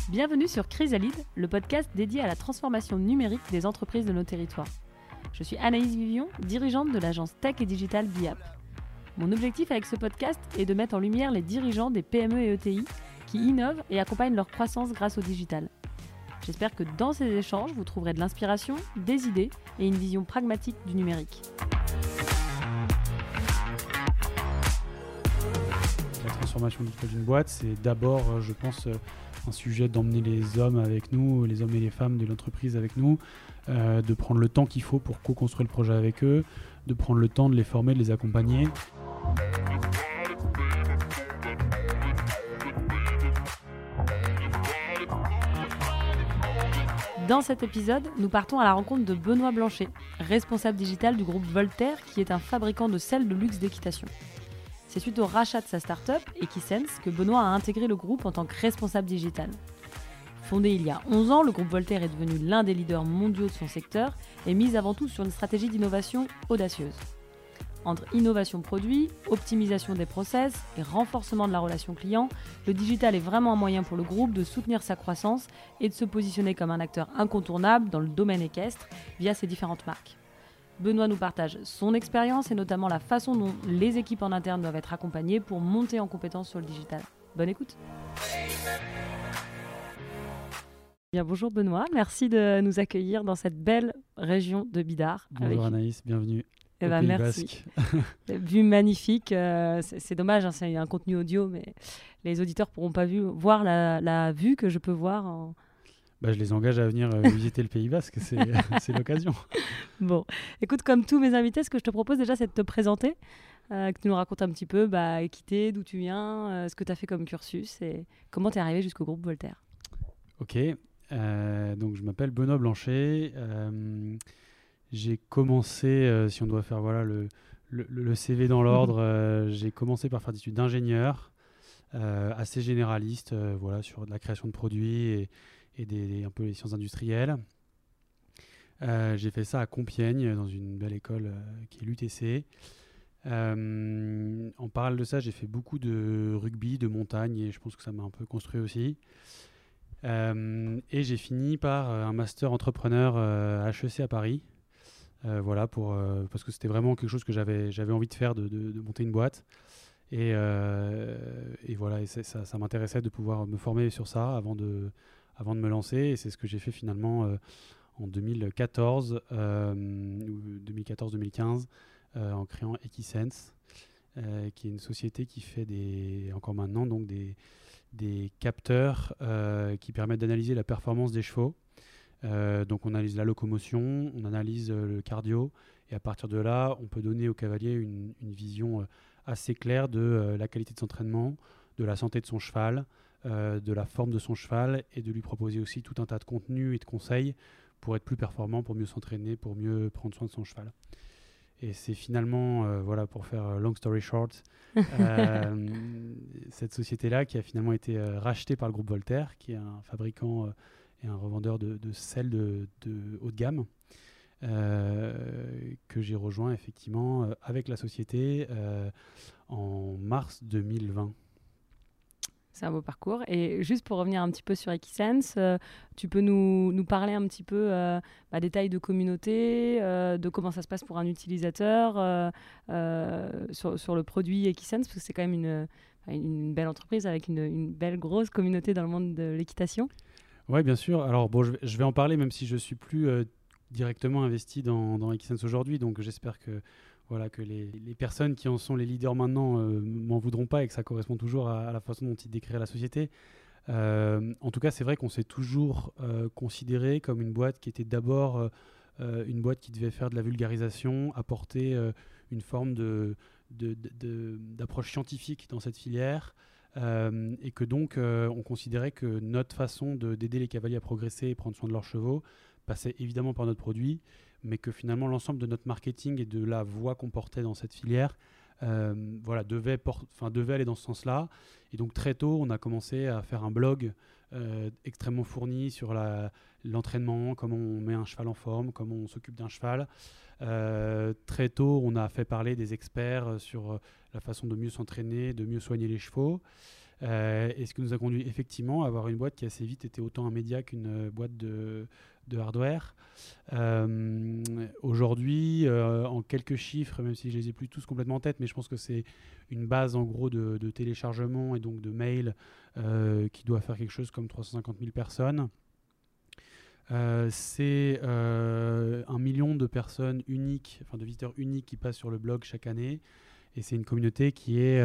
Bienvenue sur Chrysalide, le podcast dédié à la transformation numérique des entreprises de nos territoires. Je suis Anaïs Vivion, dirigeante de l'agence Tech et Digital BIAP. Mon objectif avec ce podcast est de mettre en lumière les dirigeants des PME et ETI qui innovent et accompagnent leur croissance grâce au digital. J'espère que dans ces échanges, vous trouverez de l'inspiration, des idées et une vision pragmatique du numérique. La transformation digitale d'une boîte, c'est d'abord, je pense, un sujet d'emmener les hommes avec nous, les hommes et les femmes de l'entreprise avec nous, de prendre le temps qu'il faut pour co-construire le projet avec eux, de prendre le temps de les former, de les accompagner. Dans cet épisode, nous partons à la rencontre de Benoît Blanchet, responsable digital du groupe Voltaire, qui est un fabricant de selles de luxe d'équitation. C'est suite au rachat de sa start-up, Equisense, que Benoît a intégré le groupe en tant que responsable digital. Fondé il y a 11 ans, le groupe Voltaire est devenu l'un des leaders mondiaux de son secteur et mise avant tout sur une stratégie d'innovation audacieuse. Entre innovation produit, optimisation des process et renforcement de la relation client, le digital est vraiment un moyen pour le groupe de soutenir sa croissance et de se positionner comme un acteur incontournable dans le domaine équestre via ses différentes marques. Benoît nous partage son expérience et notamment la façon dont les équipes en interne doivent être accompagnées pour monter en compétence sur le digital. Bonne écoute. Bien, bonjour Benoît, merci de nous accueillir dans cette belle région de Bidart. Bonjour Anaïs, bienvenue. Pays merci. Vue magnifique. C'est dommage, hein, c'est un contenu audio, mais les auditeurs ne pourront pas voir la vue que je peux voir. Je les engage à venir visiter le Pays Basque, c'est l'occasion. Bon, écoute, comme tous mes invités, ce que je te propose déjà, c'est de te présenter, que tu nous racontes un petit peu qui t'es, d'où tu viens, ce que tu as fait comme cursus et comment tu es arrivé jusqu'au groupe Voltaire. Ok, donc je m'appelle Benoît Blanchet. J'ai commencé, si on doit faire le CV dans l'ordre, j'ai commencé par faire des études d'ingénieur, assez généraliste, sur de la création de produits et un peu les sciences industrielles. J'ai fait ça à Compiègne, dans une belle école qui est l'UTC. En parallèle de ça, j'ai fait beaucoup de rugby, de montagne, et je pense que ça m'a un peu construit aussi. Et j'ai fini par un master entrepreneur HEC à Paris. Parce que c'était vraiment quelque chose que j'avais envie de faire, de monter une boîte. Et ça m'intéressait de pouvoir me former sur ça avant de me lancer. Et c'est ce que j'ai fait finalement en 2014, 2014-2015, en créant Equisense, qui est une société qui fait encore maintenant donc des capteurs qui permettent d'analyser la performance des chevaux. Donc on analyse la locomotion, on analyse le cardio, et à partir de là, on peut donner au cavalier une vision assez claire de la qualité de son entraînement, de la santé de son cheval, de la forme de son cheval, et de lui proposer aussi tout un tas de contenus et de conseils pour être plus performant, pour mieux s'entraîner, pour mieux prendre soin de son cheval. Et c'est finalement, pour faire long story short, cette société-là qui a finalement été rachetée par le groupe Voltaire, qui est un fabricant et un revendeur de selles de haut de gamme, que j'ai rejoint effectivement avec la société en mars 2020. C'est un beau parcours. Et juste pour revenir un petit peu sur Equisense, tu peux nous parler un petit peu des tailles de communauté, de comment ça se passe pour un utilisateur sur le produit Equisense, parce que c'est quand même une belle entreprise avec une belle grosse communauté dans le monde de l'équitation. Oui, bien sûr. Alors, je vais en parler, même si je ne suis plus directement investi dans Equisense aujourd'hui. Donc, j'espère que les personnes qui en sont les leaders maintenant m'en voudront pas et que ça correspond toujours à la façon dont ils décriraient la société. En tout cas, c'est vrai qu'on s'est toujours considéré comme une boîte qui était d'abord une boîte qui devait faire de la vulgarisation, apporter une forme d'approche scientifique dans cette filière. Et que donc on considérait que notre façon d'aider les cavaliers à progresser et prendre soin de leurs chevaux passait évidemment par notre produit, mais que finalement l'ensemble de notre marketing et de la voix qu'on portait dans cette filière devait aller dans ce sens-là. Et donc très tôt, on a commencé à faire un blog extrêmement fourni sur l'entraînement, comment on met un cheval en forme, comment on s'occupe d'un cheval. Très tôt, on a fait parler des experts sur la façon de mieux s'entraîner, de mieux soigner les chevaux. Et ce qui nous a conduit effectivement à avoir une boîte qui assez vite était autant un média qu'une boîte de hardware. Aujourd'hui, en quelques chiffres, même si je les ai plus tous complètement en tête, mais je pense que c'est une base en gros de téléchargement et donc de mail qui doit faire quelque chose comme 350 000 personnes. C'est 1 million de personnes uniques, enfin de visiteurs uniques qui passent sur le blog chaque année. Et c'est une communauté qui est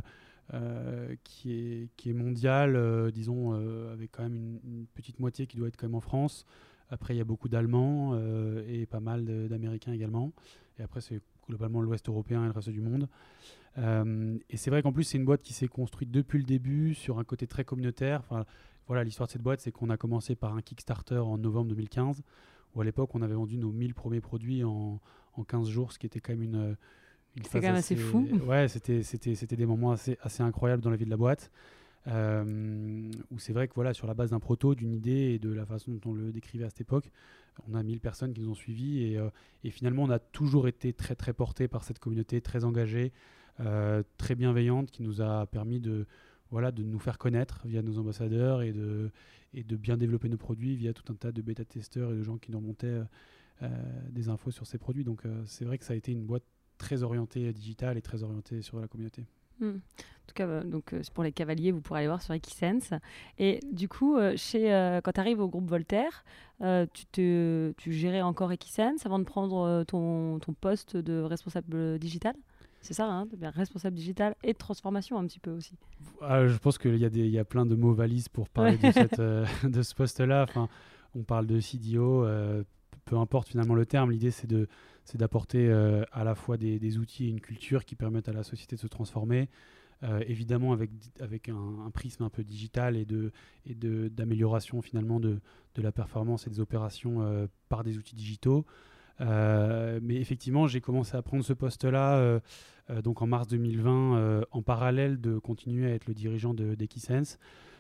mondiale, disons, avec quand même une petite moitié qui doit être quand même en France. Après, il y a beaucoup d'Allemands et pas mal d'Américains également. Et après, c'est globalement l'Ouest européen et le reste du monde. Et c'est vrai qu'en plus, c'est une boîte qui s'est construite depuis le début sur un côté très communautaire. Enfin, voilà, l'histoire de cette boîte, c'est qu'on a commencé par un Kickstarter en novembre 2015, où à l'époque, on avait vendu nos 1000 premiers produits en 15 jours, ce qui était quand même une C'est phase quand même assez fou. Ouais, c'était des moments assez incroyables dans la vie de la boîte. Où c'est vrai que voilà, sur la base d'un proto, d'une idée et de la façon dont on le décrivait à cette époque, on a 1000 personnes qui nous ont suivis et finalement on a toujours été très très porté par cette communauté très engagée, très bienveillante, qui nous a permis de nous faire connaître via nos ambassadeurs et de bien développer nos produits via tout un tas de bêta-testeurs et de gens qui nous remontaient des infos sur ces produits. Donc c'est vrai que ça a été une boîte très orientée digital et très orientée sur la communauté. En tout cas, donc, pour les cavaliers, vous pourrez aller voir sur Equisense. Et du coup, quand tu arrives au groupe Voltaire, tu gérais encore Equisense avant de prendre ton poste de responsable digital. C'est ça, hein, responsable digital et de transformation un petit peu aussi. Je pense qu'il y a plein de mots valises pour parler de ce poste-là. Enfin, on parle de CDO, peu importe finalement le terme. L'idée, c'est d'apporter à la fois des outils et une culture qui permettent à la société de se transformer, évidemment avec un prisme un peu digital et d'amélioration finalement de la performance et des opérations par des outils digitaux. Mais effectivement, j'ai commencé à prendre ce poste-là donc en mars 2020, en parallèle de continuer à être le dirigeant d'Equisense.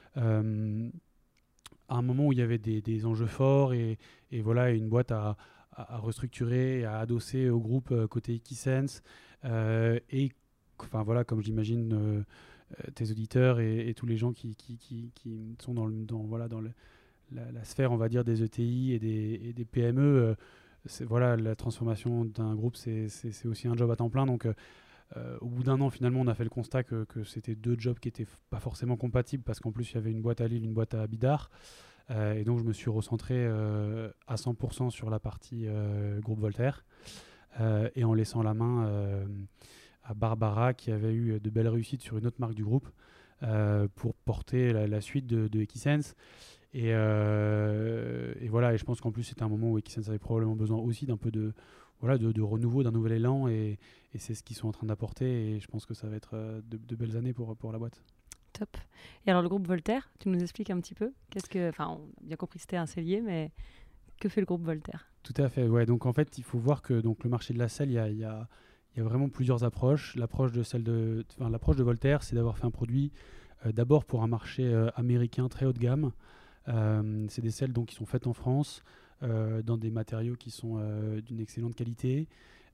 À un moment où il y avait des enjeux forts et voilà, une boîte à restructurer, à adosser au groupe côté Equisense. Et enfin, voilà, comme j'imagine tes auditeurs et tous les gens qui sont dans la sphère, on va dire, des ETI et des PME, voilà, la transformation d'un groupe, c'est aussi un job à temps plein. Donc, au bout d'un an, finalement, on a fait le constat que c'était deux jobs qui n'étaient pas forcément compatibles parce qu'en plus, il y avait une boîte à Lille, une boîte à Bidart. Et donc, je me suis recentré à 100% sur la partie groupe Voltaire et en laissant la main à Barbara qui avait eu de belles réussites sur une autre marque du groupe pour porter la suite de Equisense. Et voilà, et je pense qu'en plus c'était un moment où Equisense avait probablement besoin aussi d'un peu de renouveau, d'un nouvel élan, et c'est ce qu'ils sont en train d'apporter, et je pense que ça va être de belles années pour la boîte. Top. Et alors le groupe Voltaire, tu nous expliques un petit peu enfin, on a bien compris que c'était un cellier, mais que fait le groupe Voltaire? Tout à fait, ouais. Donc en fait, il faut voir que donc, le marché de la selle, il y a vraiment plusieurs approches. L'approche de Voltaire, c'est d'avoir fait un produit d'abord pour un marché américain très haut de gamme. C'est des selles donc, qui sont faites en France, dans des matériaux qui sont d'une excellente qualité.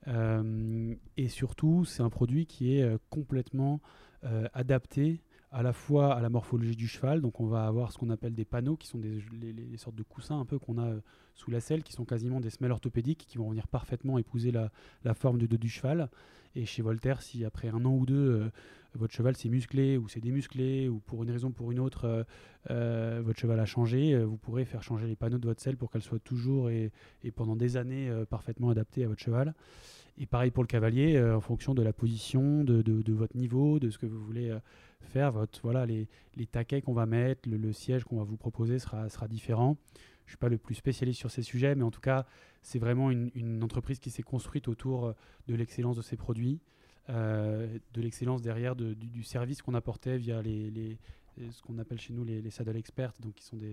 Et surtout, c'est un produit qui est complètement adapté à la fois à la morphologie du cheval. Donc on va avoir ce qu'on appelle des panneaux, qui sont les sortes de coussins un peu qu'on a sous la selle, qui sont quasiment des semelles orthopédiques, qui vont venir parfaitement épouser la forme du dos du cheval. Et chez Voltaire, si après un an ou deux, votre cheval s'est musclé ou s'est démusclé, ou pour une raison ou pour une autre, votre cheval a changé, vous pourrez faire changer les panneaux de votre selle pour qu'elles soient toujours et pendant des années parfaitement adaptées à votre cheval. Et pareil pour le cavalier, en fonction de la position, de votre niveau, de ce que vous voulez faire, les taquets qu'on va mettre, le siège qu'on va vous proposer sera différent. Je ne suis pas le plus spécialiste sur ces sujets, mais en tout cas, c'est vraiment une entreprise qui s'est construite autour de l'excellence de ses produits, de l'excellence derrière du service qu'on apportait via ce qu'on appelle chez nous les saddle experts, donc qui sont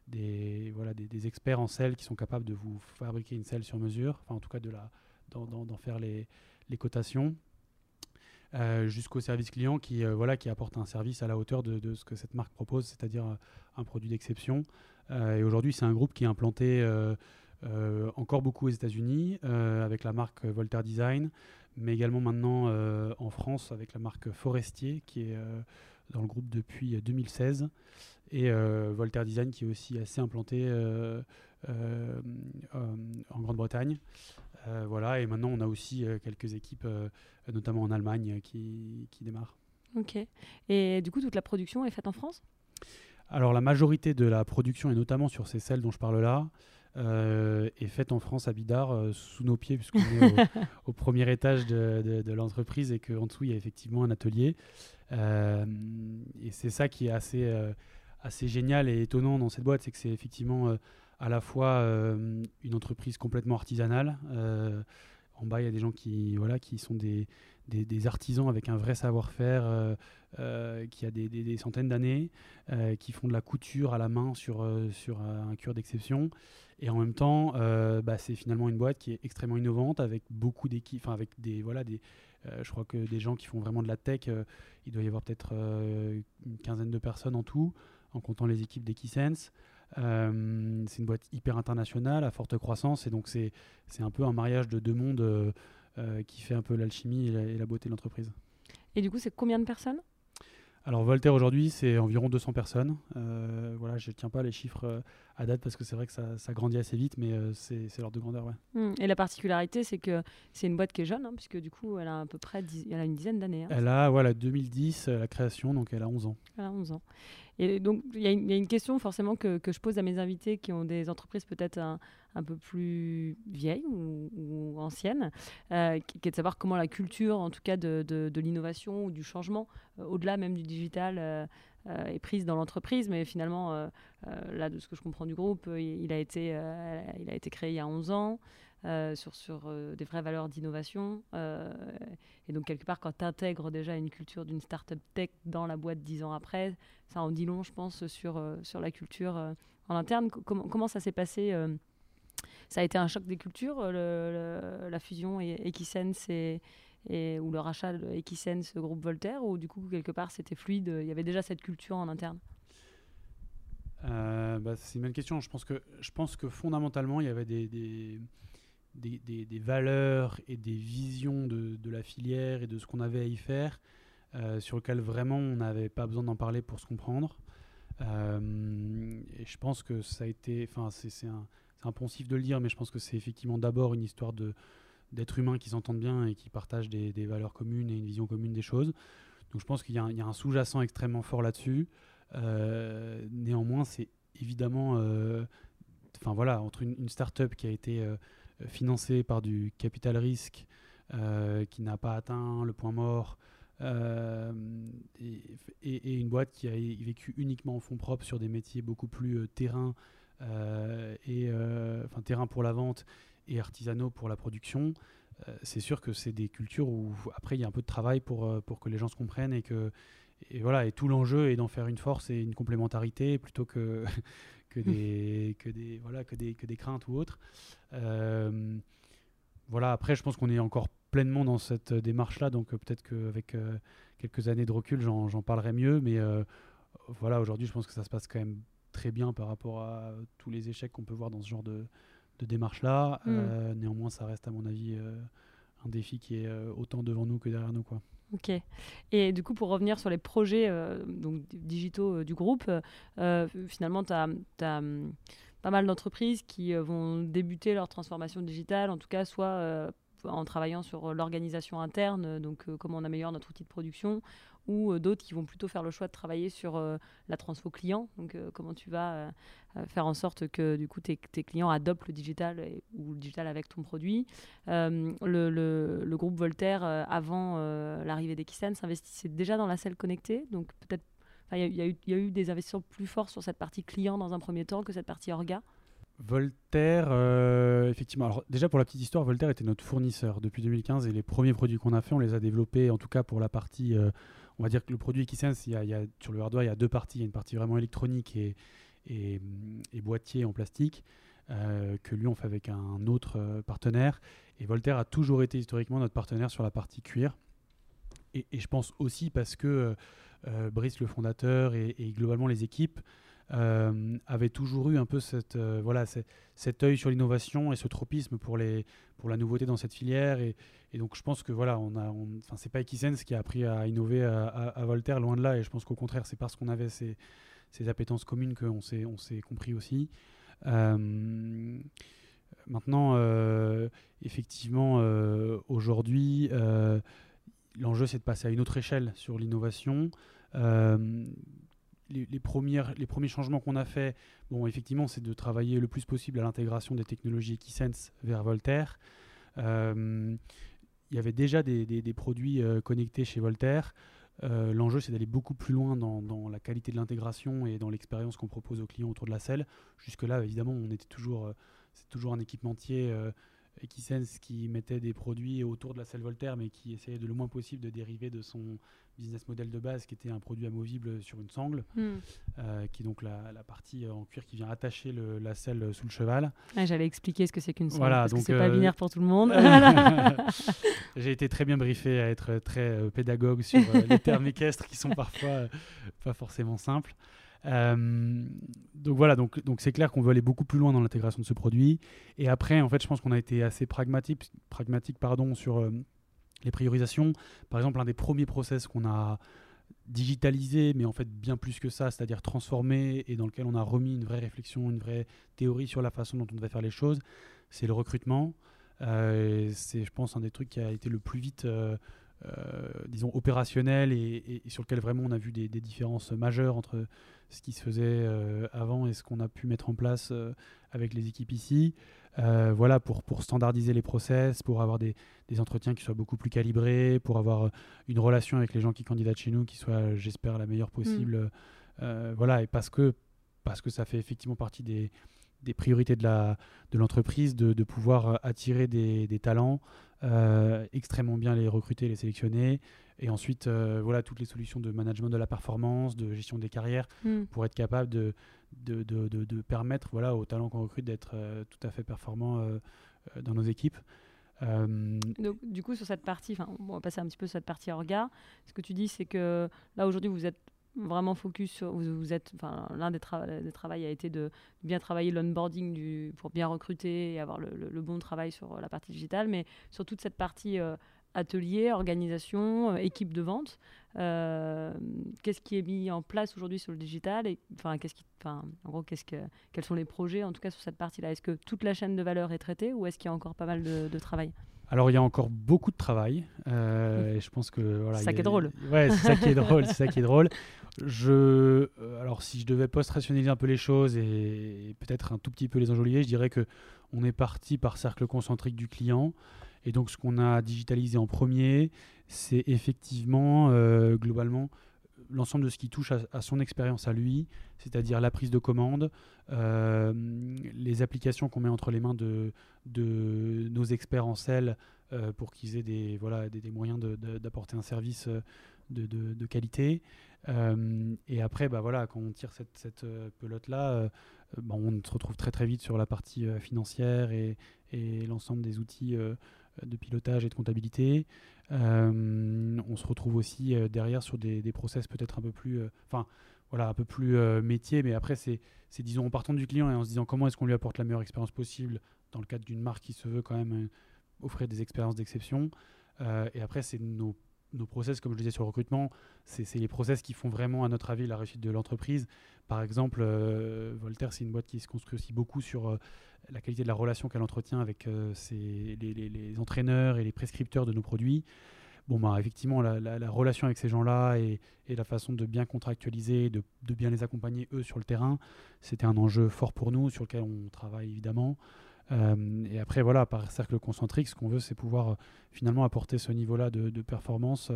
des experts en selle qui sont capables de vous fabriquer une selle sur mesure, enfin en tout cas d'en faire les cotations, jusqu'au service client qui apporte un service à la hauteur de ce que cette marque propose, c'est-à-dire un produit d'exception. Et aujourd'hui, c'est un groupe qui est implanté encore beaucoup aux États-Unis avec la marque Voltaire Design, mais également maintenant en France avec la marque Forestier qui est dans le groupe depuis 2016. Et Voltaire Design qui est aussi assez implanté en Grande-Bretagne. Voilà, et maintenant on a aussi quelques équipes, notamment en Allemagne, qui démarrent. Ok. Et du coup, toute la production est faite en France ? Alors la majorité de la production, et notamment sur ces selles dont je parle là, est faite en France à Bidart, sous nos pieds, puisqu'on est au premier étage de l'entreprise et qu'en dessous il y a effectivement un atelier. Et c'est ça qui est assez génial et étonnant dans cette boîte, c'est que c'est effectivement à la fois une entreprise complètement artisanale. En bas, il y a des gens qui sont des artisans avec un vrai savoir-faire qui a des centaines d'années, qui font de la couture à la main sur un cuir d'exception. Et en même temps, c'est finalement une boîte qui est extrêmement innovante avec beaucoup d'équipes, avec je crois que des gens qui font vraiment de la tech, il doit y avoir peut-être une quinzaine de personnes en tout, en comptant les équipes d'Equisense. C'est une boîte hyper internationale, à forte croissance, et donc c'est un peu un mariage de deux mondes qui fait un peu l'alchimie et la beauté de l'entreprise. Et du coup, c'est combien de personnes ? Alors Voltaire aujourd'hui, c'est environ 200 personnes. Voilà, je ne tiens pas les chiffres à date parce que c'est vrai que ça grandit assez vite, mais c'est l'ordre de grandeur. Ouais. Et la particularité, c'est que c'est une boîte qui est jeune, hein, puisque du coup, elle a à peu près elle a une dizaine d'années. Hein. Elle a 2010, la création, donc elle a 11 ans. Elle a 11 ans. Et donc, il y a une question forcément que je pose à mes invités qui ont des entreprises peut-être un peu plus vieilles ou anciennes, qui est de savoir comment la culture, en tout cas de l'innovation ou du changement, au-delà même du digital, est prise dans l'entreprise. Mais finalement, là, de ce que je comprends du groupe, il a été créé il y a 11 ans. Sur des vraies valeurs d'innovation. Et donc, quelque part, quand tu intègres déjà une culture d'une start-up tech dans la boîte 10 ans après, ça en dit long, je pense, sur la culture en interne. Comment ça s'est passé Ça a été un choc des cultures, la fusion Equisense ou le rachat de Equisense, groupe Voltaire, ou du coup, quelque part, c'était fluide, il y avait déjà cette culture en interne? C'est une bonne question. Je pense que fondamentalement, il y avait des valeurs et des visions de la filière et de ce qu'on avait à y faire sur lequel vraiment on n'avait pas besoin d'en parler pour se comprendre. Et je pense que ça a été, c'est un poncif de le dire, mais je pense que c'est effectivement d'abord une histoire d'êtres humains qui s'entendent bien et qui partagent des valeurs communes et une vision commune des choses. Donc je pense qu'il y a un sous-jacent extrêmement fort là-dessus. Néanmoins, c'est évidemment entre une start-up qui a été financée par du capital risque qui n'a pas atteint le point mort et une boîte qui a vécu uniquement en fonds propres sur des métiers beaucoup plus terrain terrain pour la vente et artisanaux pour la production. C'est sûr que c'est des cultures où après il y a un peu de travail pour que les gens se comprennent et tout l'enjeu est d'en faire une force et une complémentarité plutôt que des craintes ou autres. Après je pense qu'on est encore pleinement dans cette démarche là, donc peut-être qu'avec quelques années de recul j'en parlerai mieux, mais aujourd'hui je pense que ça se passe quand même très bien par rapport à tous les échecs qu'on peut voir dans ce genre de démarche là. Néanmoins ça reste à mon avis un défi qui est autant devant nous que derrière nous, quoi. Ok. Et du coup, pour revenir sur les projets digitaux du groupe, finalement, tu as pas mal d'entreprises qui vont débuter leur transformation digitale, en tout cas, soit en travaillant sur l'organisation interne, donc comment on améliore notre outil de production, ou d'autres qui vont plutôt faire le choix de travailler sur la transfo client, donc comment tu vas faire en sorte que du coup tes clients adoptent le digital ou le digital avec ton produit. Le groupe Voltaire, avant l'arrivée d'Equisense, s'investissait déjà dans la selle connectée, donc peut-être il y a eu des investissements plus forts sur cette partie client dans un premier temps que cette partie orga. Voltaire, effectivement. Alors déjà pour la petite histoire, Voltaire était notre fournisseur depuis 2015 et les premiers produits qu'on a fait, on les a développés, en tout cas pour la partie, on va dire que le produit Equisense, sur le hardware, il y a deux parties. Il y a une partie vraiment électronique et boîtier en plastique que lui on fait avec un autre partenaire. Et Voltaire a toujours été historiquement notre partenaire sur la partie cuir. Et je pense aussi parce que Brice, le fondateur, et globalement les équipes avait toujours eu un peu cet œil sur l'innovation et ce tropisme pour la nouveauté dans cette filière. Et donc, je pense que c'est pas Equisense qui a appris à innover à Voltaire, loin de là. Et je pense qu'au contraire, c'est parce qu'on avait ces appétences communes qu'on s'est compris aussi. Maintenant, effectivement, aujourd'hui, l'enjeu, c'est de passer à une autre échelle sur l'innovation. Les premiers changements qu'on a faits, effectivement, c'est de travailler le plus possible à l'intégration des technologies Equisense vers Voltaire. Il y avait déjà des produits connectés chez Voltaire. L'enjeu, c'est d'aller beaucoup plus loin dans la qualité de l'intégration et dans l'expérience qu'on propose aux clients autour de la selle. Jusque-là, évidemment, c'est toujours un équipementier Equisense qui mettait des produits autour de la selle Voltaire, mais qui essayait de le moins possible de dériver de son business model de base, qui était un produit amovible sur une sangle, qui est donc la partie en cuir qui vient attacher la selle sous le cheval. J'allais expliquer ce que c'est qu'une sangle, voilà, parce donc, que c'est pas binaire pour tout le monde. J'ai été très bien briefé à être très pédagogue sur les termes équestres qui sont parfois pas forcément simples. Donc voilà, donc c'est clair qu'on veut aller beaucoup plus loin dans l'intégration de ce produit. Et après, en fait, je pense qu'on a été assez pragmatique sur les priorisations. Par exemple, un des premiers process qu'on a digitalisé, mais en fait bien plus que ça, c'est-à-dire transformé, et dans lequel on a remis une vraie réflexion, une vraie théorie sur la façon dont on devait faire les choses, c'est le recrutement. C'est, je pense, un des trucs qui a été le plus vite disons opérationnel et sur lequel vraiment on a vu des différences majeures entre ce qui se faisait avant et ce qu'on a pu mettre en place avec les équipes ici. Voilà, pour standardiser les process, pour avoir des entretiens qui soient beaucoup plus calibrés, pour avoir une relation avec les gens qui candidatent chez nous qui soit, j'espère, la meilleure possible. Voilà, et parce que ça fait effectivement partie des priorités de l'entreprise de pouvoir attirer des talents, extrêmement bien les recruter, les sélectionner, et ensuite voilà, toutes les solutions de management de la performance, de gestion des carrières, pour être capable de permettre, voilà, aux talents qu'on recrute d'être tout à fait performants dans nos équipes. Donc, du coup, sur cette partie, on va passer un petit peu sur cette partie orga. Ce que tu dis, c'est que là aujourd'hui vous êtes vraiment focus sur, l'un des travaux a été de bien travailler l'onboarding pour bien recruter et avoir le bon travail sur la partie digitale, mais sur toute cette partie atelier, organisation, équipe de vente, qu'est-ce qui est mis en place aujourd'hui sur le digital et en gros quels sont les projets en tout cas sur cette partie-là? Est-ce que toute la chaîne de valeur est traitée ou est-ce qu'il y a encore pas mal de travail? Alors, il y a encore beaucoup de travail. Et je pense que voilà, c'est ça qui est drôle. Ouais, c'est ça qui est drôle. C'est ça qui est drôle. Alors, si je devais post-rationaliser un peu les choses et peut-être un tout petit peu les enjoliver, je dirais que on est parti par cercle concentrique du client. Et donc, ce qu'on a digitalisé en premier, c'est effectivement, globalement, l'ensemble de ce qui touche à son expérience à lui, c'est-à-dire la prise de commande, les applications qu'on met entre les mains de nos experts en selle pour qu'ils aient des moyens d'apporter un service de qualité. Et après, voilà, quand on tire cette pelote-là, on se retrouve très très vite sur la partie financière et l'ensemble des outils de pilotage et de comptabilité. On se retrouve aussi derrière sur des process peut-être un peu plus un peu plus métier, mais après c'est disons en partant du client et en se disant comment est-ce qu'on lui apporte la meilleure expérience possible dans le cadre d'une marque qui se veut quand même offrir des expériences d'exception. Et après c'est nos process, comme je disais sur le recrutement, c'est les process qui font vraiment à notre avis la réussite de l'entreprise. Par exemple, Voltaire, c'est une boîte qui se construit aussi beaucoup sur la qualité de la relation qu'elle entretient avec les entraîneurs et les prescripteurs de nos produits. Effectivement, la relation avec ces gens-là et la façon de bien contractualiser, de bien les accompagner eux sur le terrain, c'était un enjeu fort pour nous, sur lequel on travaille évidemment. Et après, voilà, par cercle concentrique, ce qu'on veut, c'est pouvoir finalement apporter ce niveau-là de performance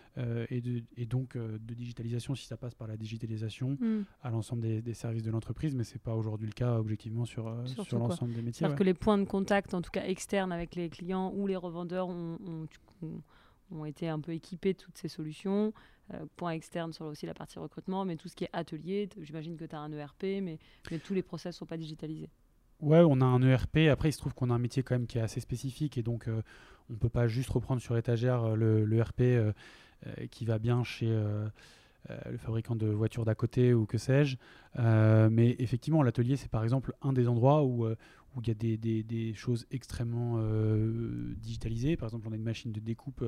et donc de digitalisation, si ça passe par la digitalisation, à l'ensemble des services de l'entreprise, mais ce n'est pas aujourd'hui le cas objectivement sur l'ensemble des métiers. C'est-à-dire que les points de contact, en tout cas externes avec les clients ou les revendeurs, ont été un peu équipés de toutes ces solutions. Point externe sur aussi la partie recrutement, mais tout ce qui est atelier, j'imagine que tu as un ERP, mais tous les process ne sont pas digitalisés. Ouais, on a un ERP. Après, il se trouve qu'on a un métier quand même qui est assez spécifique et donc on ne peut pas juste reprendre sur étagère le ERP qui va bien chez le fabricant de voitures d'à côté ou que sais-je. Mais effectivement, l'atelier, c'est par exemple un des endroits où il y a des choses extrêmement digitalisées. Par exemple, on a une machine de découpe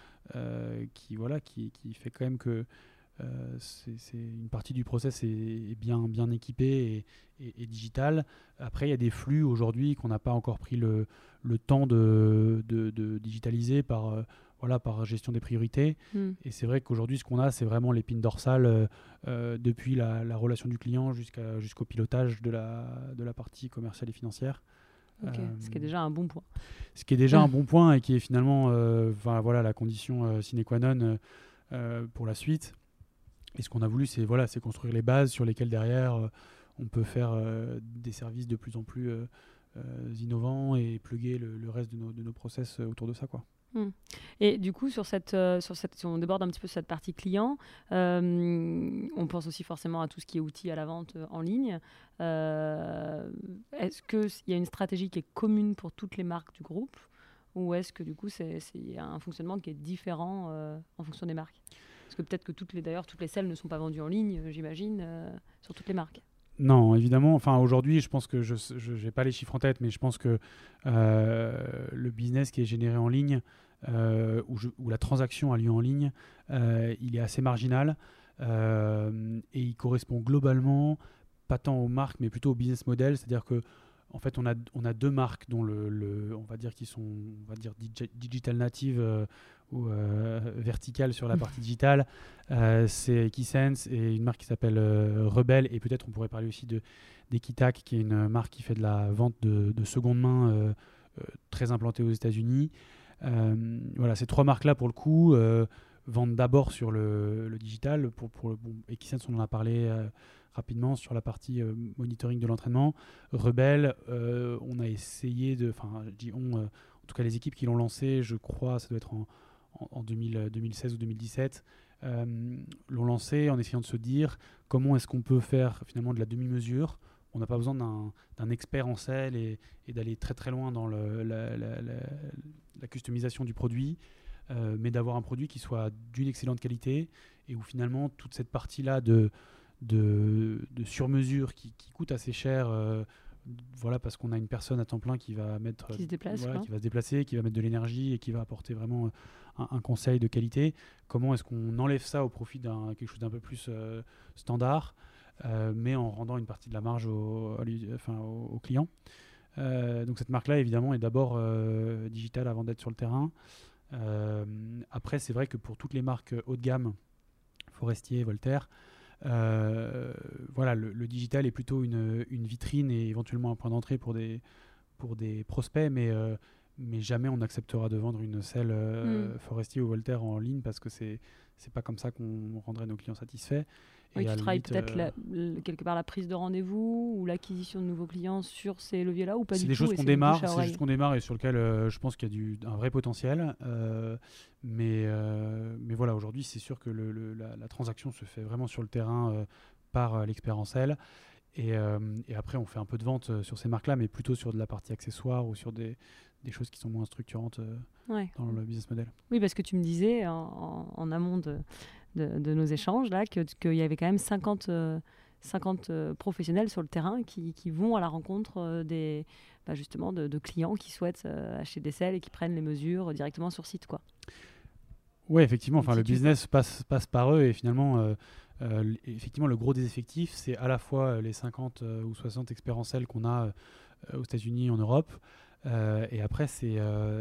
qui fait quand même que c'est une partie du process est bien équipée et digitale. Après, il y a des flux aujourd'hui qu'on n'a pas encore pris le temps de digitaliser par gestion des priorités. Et c'est vrai qu'aujourd'hui, ce qu'on a, c'est vraiment l'épine dorsale depuis la relation du client jusqu'au pilotage de la partie commerciale et financière. Ce qui est déjà un bon point. Ce qui est déjà un bon point et qui est finalement la condition sine qua non pour la suite. Et ce qu'on a voulu, c'est construire les bases sur lesquelles derrière on peut faire des services de plus en plus innovants et plugger le reste de nos process autour de ça, quoi. Et du coup, sur cette, si on déborde un petit peu sur cette partie client, on pense aussi forcément à tout ce qui est outils à la vente en ligne. Est-ce qu'il y a une stratégie qui est commune pour toutes les marques du groupe, ou est-ce que du coup, c'est un fonctionnement qui est différent en fonction des marques? Parce que peut-être que toutes les selles ne sont pas vendues en ligne, j'imagine, sur toutes les marques. Non, évidemment. Enfin, aujourd'hui, je pense que je n'ai pas les chiffres en tête, mais je pense que le business qui est généré en ligne, où la transaction a lieu en ligne, il est assez marginal et il correspond globalement, pas tant aux marques, mais plutôt au business model. C'est-à-dire que en fait, on a deux marques dont on va dire qui sont, digital native ou verticales sur la partie digitale. C'est Equisense et une marque qui s'appelle Rebelle. Et peut-être on pourrait parler aussi d'Equitac, qui est une marque qui fait de la vente de seconde main très implantée aux États-Unis. Ces trois marques-là, pour le coup, vendent d'abord sur le digital. Equisense, on en a parlé rapidement sur la partie monitoring de l'entraînement. Rebelle, on a essayé en tout cas les équipes qui l'ont lancé, je crois, ça doit être en 2016 ou 2017, l'ont lancé en essayant de se dire comment est-ce qu'on peut faire finalement de la demi-mesure. On n'a pas besoin d'un expert en selle et d'aller très très loin dans la customisation du produit, mais d'avoir un produit qui soit d'une excellente qualité et où finalement toute cette partie-là de sur-mesure qui coûte assez cher, parce qu'on a une personne à temps plein qui va qui va se déplacer, qui va mettre de l'énergie et qui va apporter vraiment un conseil de qualité. Comment est-ce qu'on enlève ça au profit quelque chose d'un peu plus standard, mais en rendant une partie de la marge au client. Donc cette marque-là, évidemment, est d'abord digitale avant d'être sur le terrain. Après, c'est vrai que pour toutes les marques haut de gamme, Forestier, Voltaire, le digital est plutôt une vitrine et éventuellement un point d'entrée pour des prospects, mais jamais on acceptera de vendre une selle Forestier ou Voltaire en ligne, parce que c'est pas comme ça qu'on rendrait nos clients satisfaits. Oui, tu travailles peut-être quelque part la prise de rendez-vous ou l'acquisition de nouveaux clients sur ces leviers-là, ou pas du tout? C'est des choses qu'on démarre, et sur lesquelles je pense qu'il y a un vrai potentiel. Mais voilà, aujourd'hui, c'est sûr que la transaction se fait vraiment sur le terrain par l'expert en selle. Et après, on fait un peu de vente sur ces marques-là, mais plutôt sur de la partie accessoire ou sur des choses qui sont moins structurantes dans le business model. Oui, parce que tu me disais en amont de nos échanges là qu'il y avait quand même 50 professionnels sur le terrain qui vont à la rencontre justement de clients qui souhaitent acheter des selles et qui prennent les mesures directement sur site, quoi. Oui, effectivement, le business passe par eux, et finalement effectivement le gros des effectifs, c'est à la fois les 50 ou 60 experts en selle qu'on a aux États-Unis et en Europe, et après c'est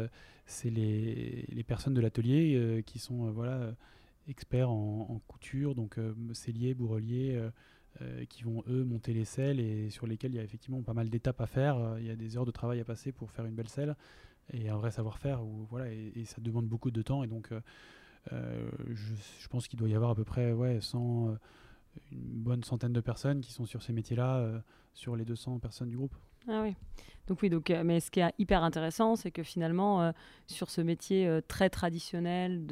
les personnes de l'atelier qui sont experts en couture, donc selliers, bourreliers, qui vont eux monter les selles, et sur lesquels il y a effectivement pas mal d'étapes à faire. Il y a des heures de travail à passer pour faire une belle selle et un vrai savoir-faire, et ça demande beaucoup de temps, et donc je pense qu'il doit y avoir à peu près une bonne centaine de personnes qui sont sur ces métiers-là sur les 200 personnes du groupe. Ah oui. Mais ce qui est hyper intéressant, c'est que finalement sur ce métier très traditionnel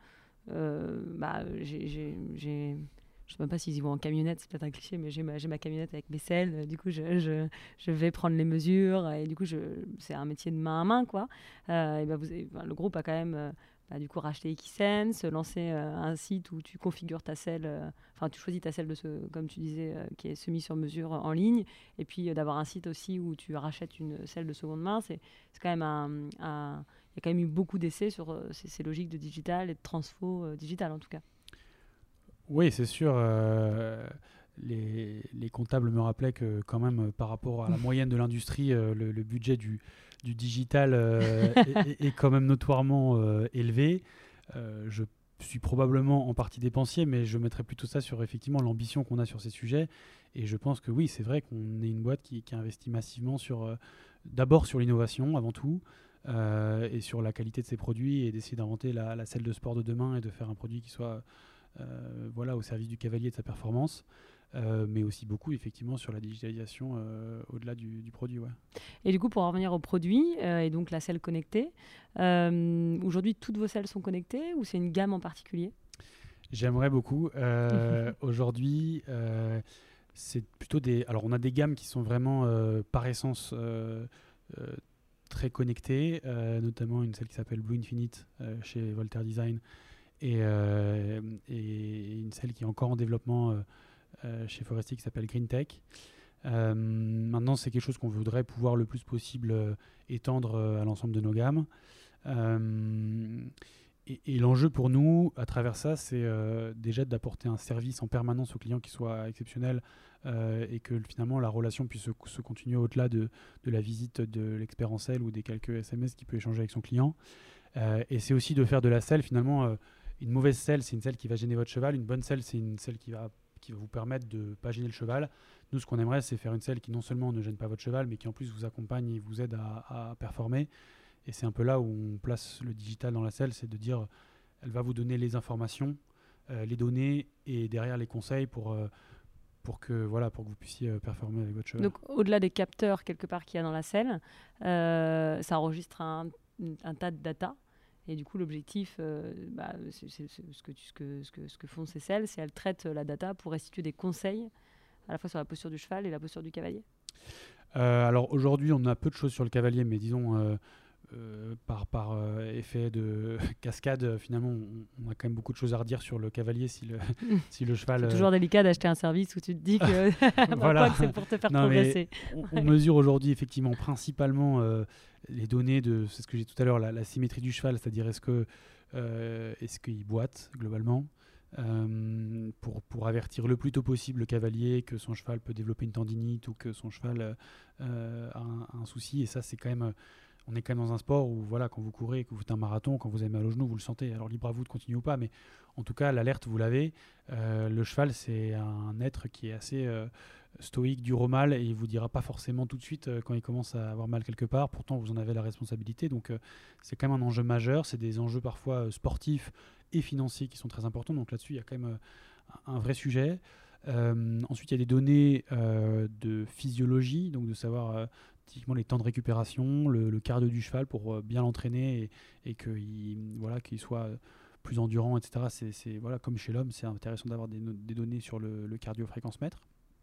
je sais même pas s'ils y vont en camionnette, c'est peut-être un cliché, mais j'ai ma camionnette avec mes selles, du coup je vais prendre les mesures, et du coup c'est un métier de main à main, quoi. Le groupe a quand même du coup racheter Equisense, lancer un site où tu configures ta selle, tu choisis ta selle comme tu disais, qui est semi sur mesure en ligne, et puis d'avoir un site aussi où tu rachètes une selle de seconde main. C'est quand même il y a quand même eu beaucoup d'essais sur ces logiques de digital et de transfo digital en tout cas. Oui, c'est sûr. Les comptables me rappelaient que quand même, par rapport à la moyenne de l'industrie, le budget du digital est quand même notoirement élevé. Je suis probablement en partie dépensier, mais je mettrais plutôt ça sur effectivement l'ambition qu'on a sur ces sujets. Et je pense que oui, c'est vrai qu'on est une boîte qui investit massivement d'abord sur l'innovation avant tout, et sur la qualité de ses produits, et d'essayer d'inventer la selle de sport de demain et de faire un produit qui soit au service du cavalier et de sa performance. Mais aussi beaucoup effectivement sur la digitalisation au-delà du produit. Ouais. Et du coup, pour en revenir au produit et donc la selle connectée, aujourd'hui toutes vos selles sont connectées ou c'est une gamme en particulier? J'aimerais beaucoup. Aujourd'hui, c'est plutôt Alors, on a des gammes qui sont vraiment par essence très connectées, notamment une selle qui s'appelle Blue Infinite chez Voltaire Design et une selle qui est encore en développement chez Forestier qui s'appelle Green Tech. Maintenant, c'est quelque chose qu'on voudrait pouvoir le plus possible étendre à l'ensemble de nos gammes. Et l'enjeu pour nous, à travers ça, c'est déjà d'apporter un service en permanence aux clients qui soit exceptionnel et que finalement la relation puisse se continuer au-delà de la visite de l'expert en selle ou des quelques SMS qu'il peut échanger avec son client. Et c'est aussi de faire de la selle finalement une mauvaise selle, c'est une selle qui va gêner votre cheval. Une bonne selle, c'est une selle qui va vous permettre de ne pas gêner le cheval. Nous, ce qu'on aimerait, c'est faire une selle qui non seulement ne gêne pas votre cheval, mais qui en plus vous accompagne et vous aide à performer. Et c'est un peu là où on place le digital dans la selle, c'est de dire, elle va vous donner les informations, les données et derrière les conseils pour que vous puissiez performer avec votre cheval. Donc, au-delà des capteurs quelque part qu'il y a dans la selle, ça enregistre un tas de data. Et du coup, l'objectif, c'est ce que font ces selles, c'est qu'elles traitent la data pour restituer des conseils à la fois sur la posture du cheval et la posture du cavalier. Alors aujourd'hui, on a peu de choses sur le cavalier, mais disons par effet de cascade, finalement, on a quand même beaucoup de choses à redire sur le cavalier si le cheval... C'est toujours délicat d'acheter un service où tu te dis que, voilà. que c'est pour te faire progresser. On mesure aujourd'hui effectivement principalement les données c'est ce que j'ai dit tout à l'heure, la symétrie du cheval, c'est-à-dire est-ce qu'il boite globalement, pour avertir le plus tôt possible le cavalier que son cheval peut développer une tendinite ou que son cheval a un souci. Et ça, c'est quand même... On est quand même dans un sport où, quand vous courez, que vous faites un marathon, quand vous avez mal au genou, vous le sentez. Alors, libre à vous de continuer ou pas, mais en tout cas, l'alerte, vous l'avez. Le cheval, c'est un être qui est assez stoïque, dur au mal, et il vous dira pas forcément tout de suite quand il commence à avoir mal quelque part. Pourtant, vous en avez la responsabilité. Donc, c'est quand même un enjeu majeur. C'est des enjeux parfois sportifs et financiers qui sont très importants. Donc, là-dessus, il y a quand même un vrai sujet. Ensuite, il y a des données de physiologie, donc de savoir... typiquement les temps de récupération, le cardio du cheval pour bien l'entraîner et qu'il soit plus endurant, etc. C'est comme chez l'homme, c'est intéressant d'avoir des données sur le cardio-fréquence-mètre.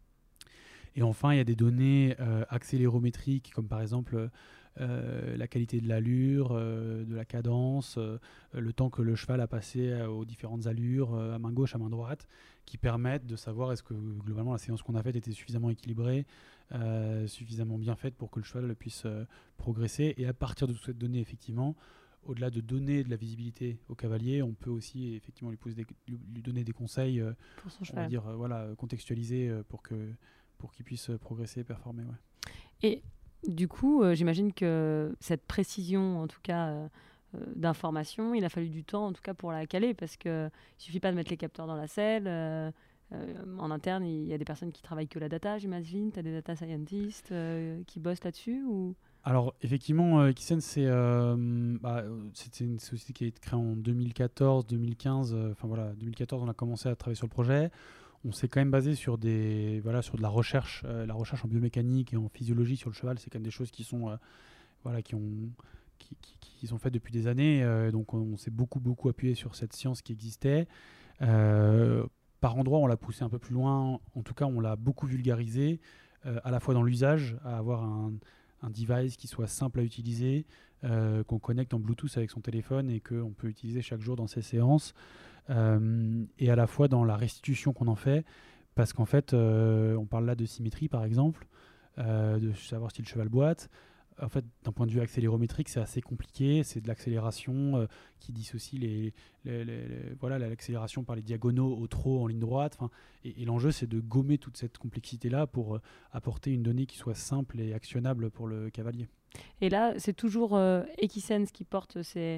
Et enfin, il y a des données accélérométriques, comme par exemple la qualité de l'allure, de la cadence, le temps que le cheval a passé aux différentes allures, à main gauche, à main droite, qui permettent de savoir est-ce que globalement la séance qu'on a faite était suffisamment équilibrée, suffisamment bien faite pour que le cheval puisse progresser. Et à partir de toutes ces données, effectivement, au-delà de donner de la visibilité au cavalier, on peut aussi effectivement lui donner des conseils, pour son cheval. On va dire contextualisés pour qu'il puisse progresser et performer. Ouais. Et du coup, j'imagine que cette précision, en tout cas, d'information, il a fallu du temps, en tout cas, pour la caler, parce qu'il ne suffit pas de mettre les capteurs dans la selle. En interne, il y a des personnes qui travaillent que la data, j'imagine. Tu as des data scientists qui bossent là-dessus ou... Alors, effectivement, Equisense, c'était une société qui a été créée en 2014-2015. 2014, on a commencé à travailler sur le projet. On s'est quand même basé sur sur de la recherche en biomécanique et en physiologie sur le cheval. C'est quand même des choses qui sont qui sont faites depuis des années. Donc on s'est beaucoup appuyé sur cette science qui existait. Par endroits, on l'a poussé un peu plus loin. En tout cas, on l'a beaucoup vulgarisé, à la fois dans l'usage, à avoir un un device qui soit simple à utiliser, qu'on connecte en Bluetooth avec son téléphone et qu'on peut utiliser chaque jour dans ses séances. Et à la fois dans la restitution qu'on en fait, parce qu'en fait, on parle là de symétrie par exemple, de savoir si le cheval boite. En fait, d'un point de vue accélérométrique, c'est assez compliqué. C'est de l'accélération qui dissocie voilà, l'accélération par les diagonaux au trot en ligne droite. Et l'enjeu, c'est de gommer toute cette complexité-là pour apporter une donnée qui soit simple et actionnable pour le cavalier. Et là, c'est toujours Equisense qui porte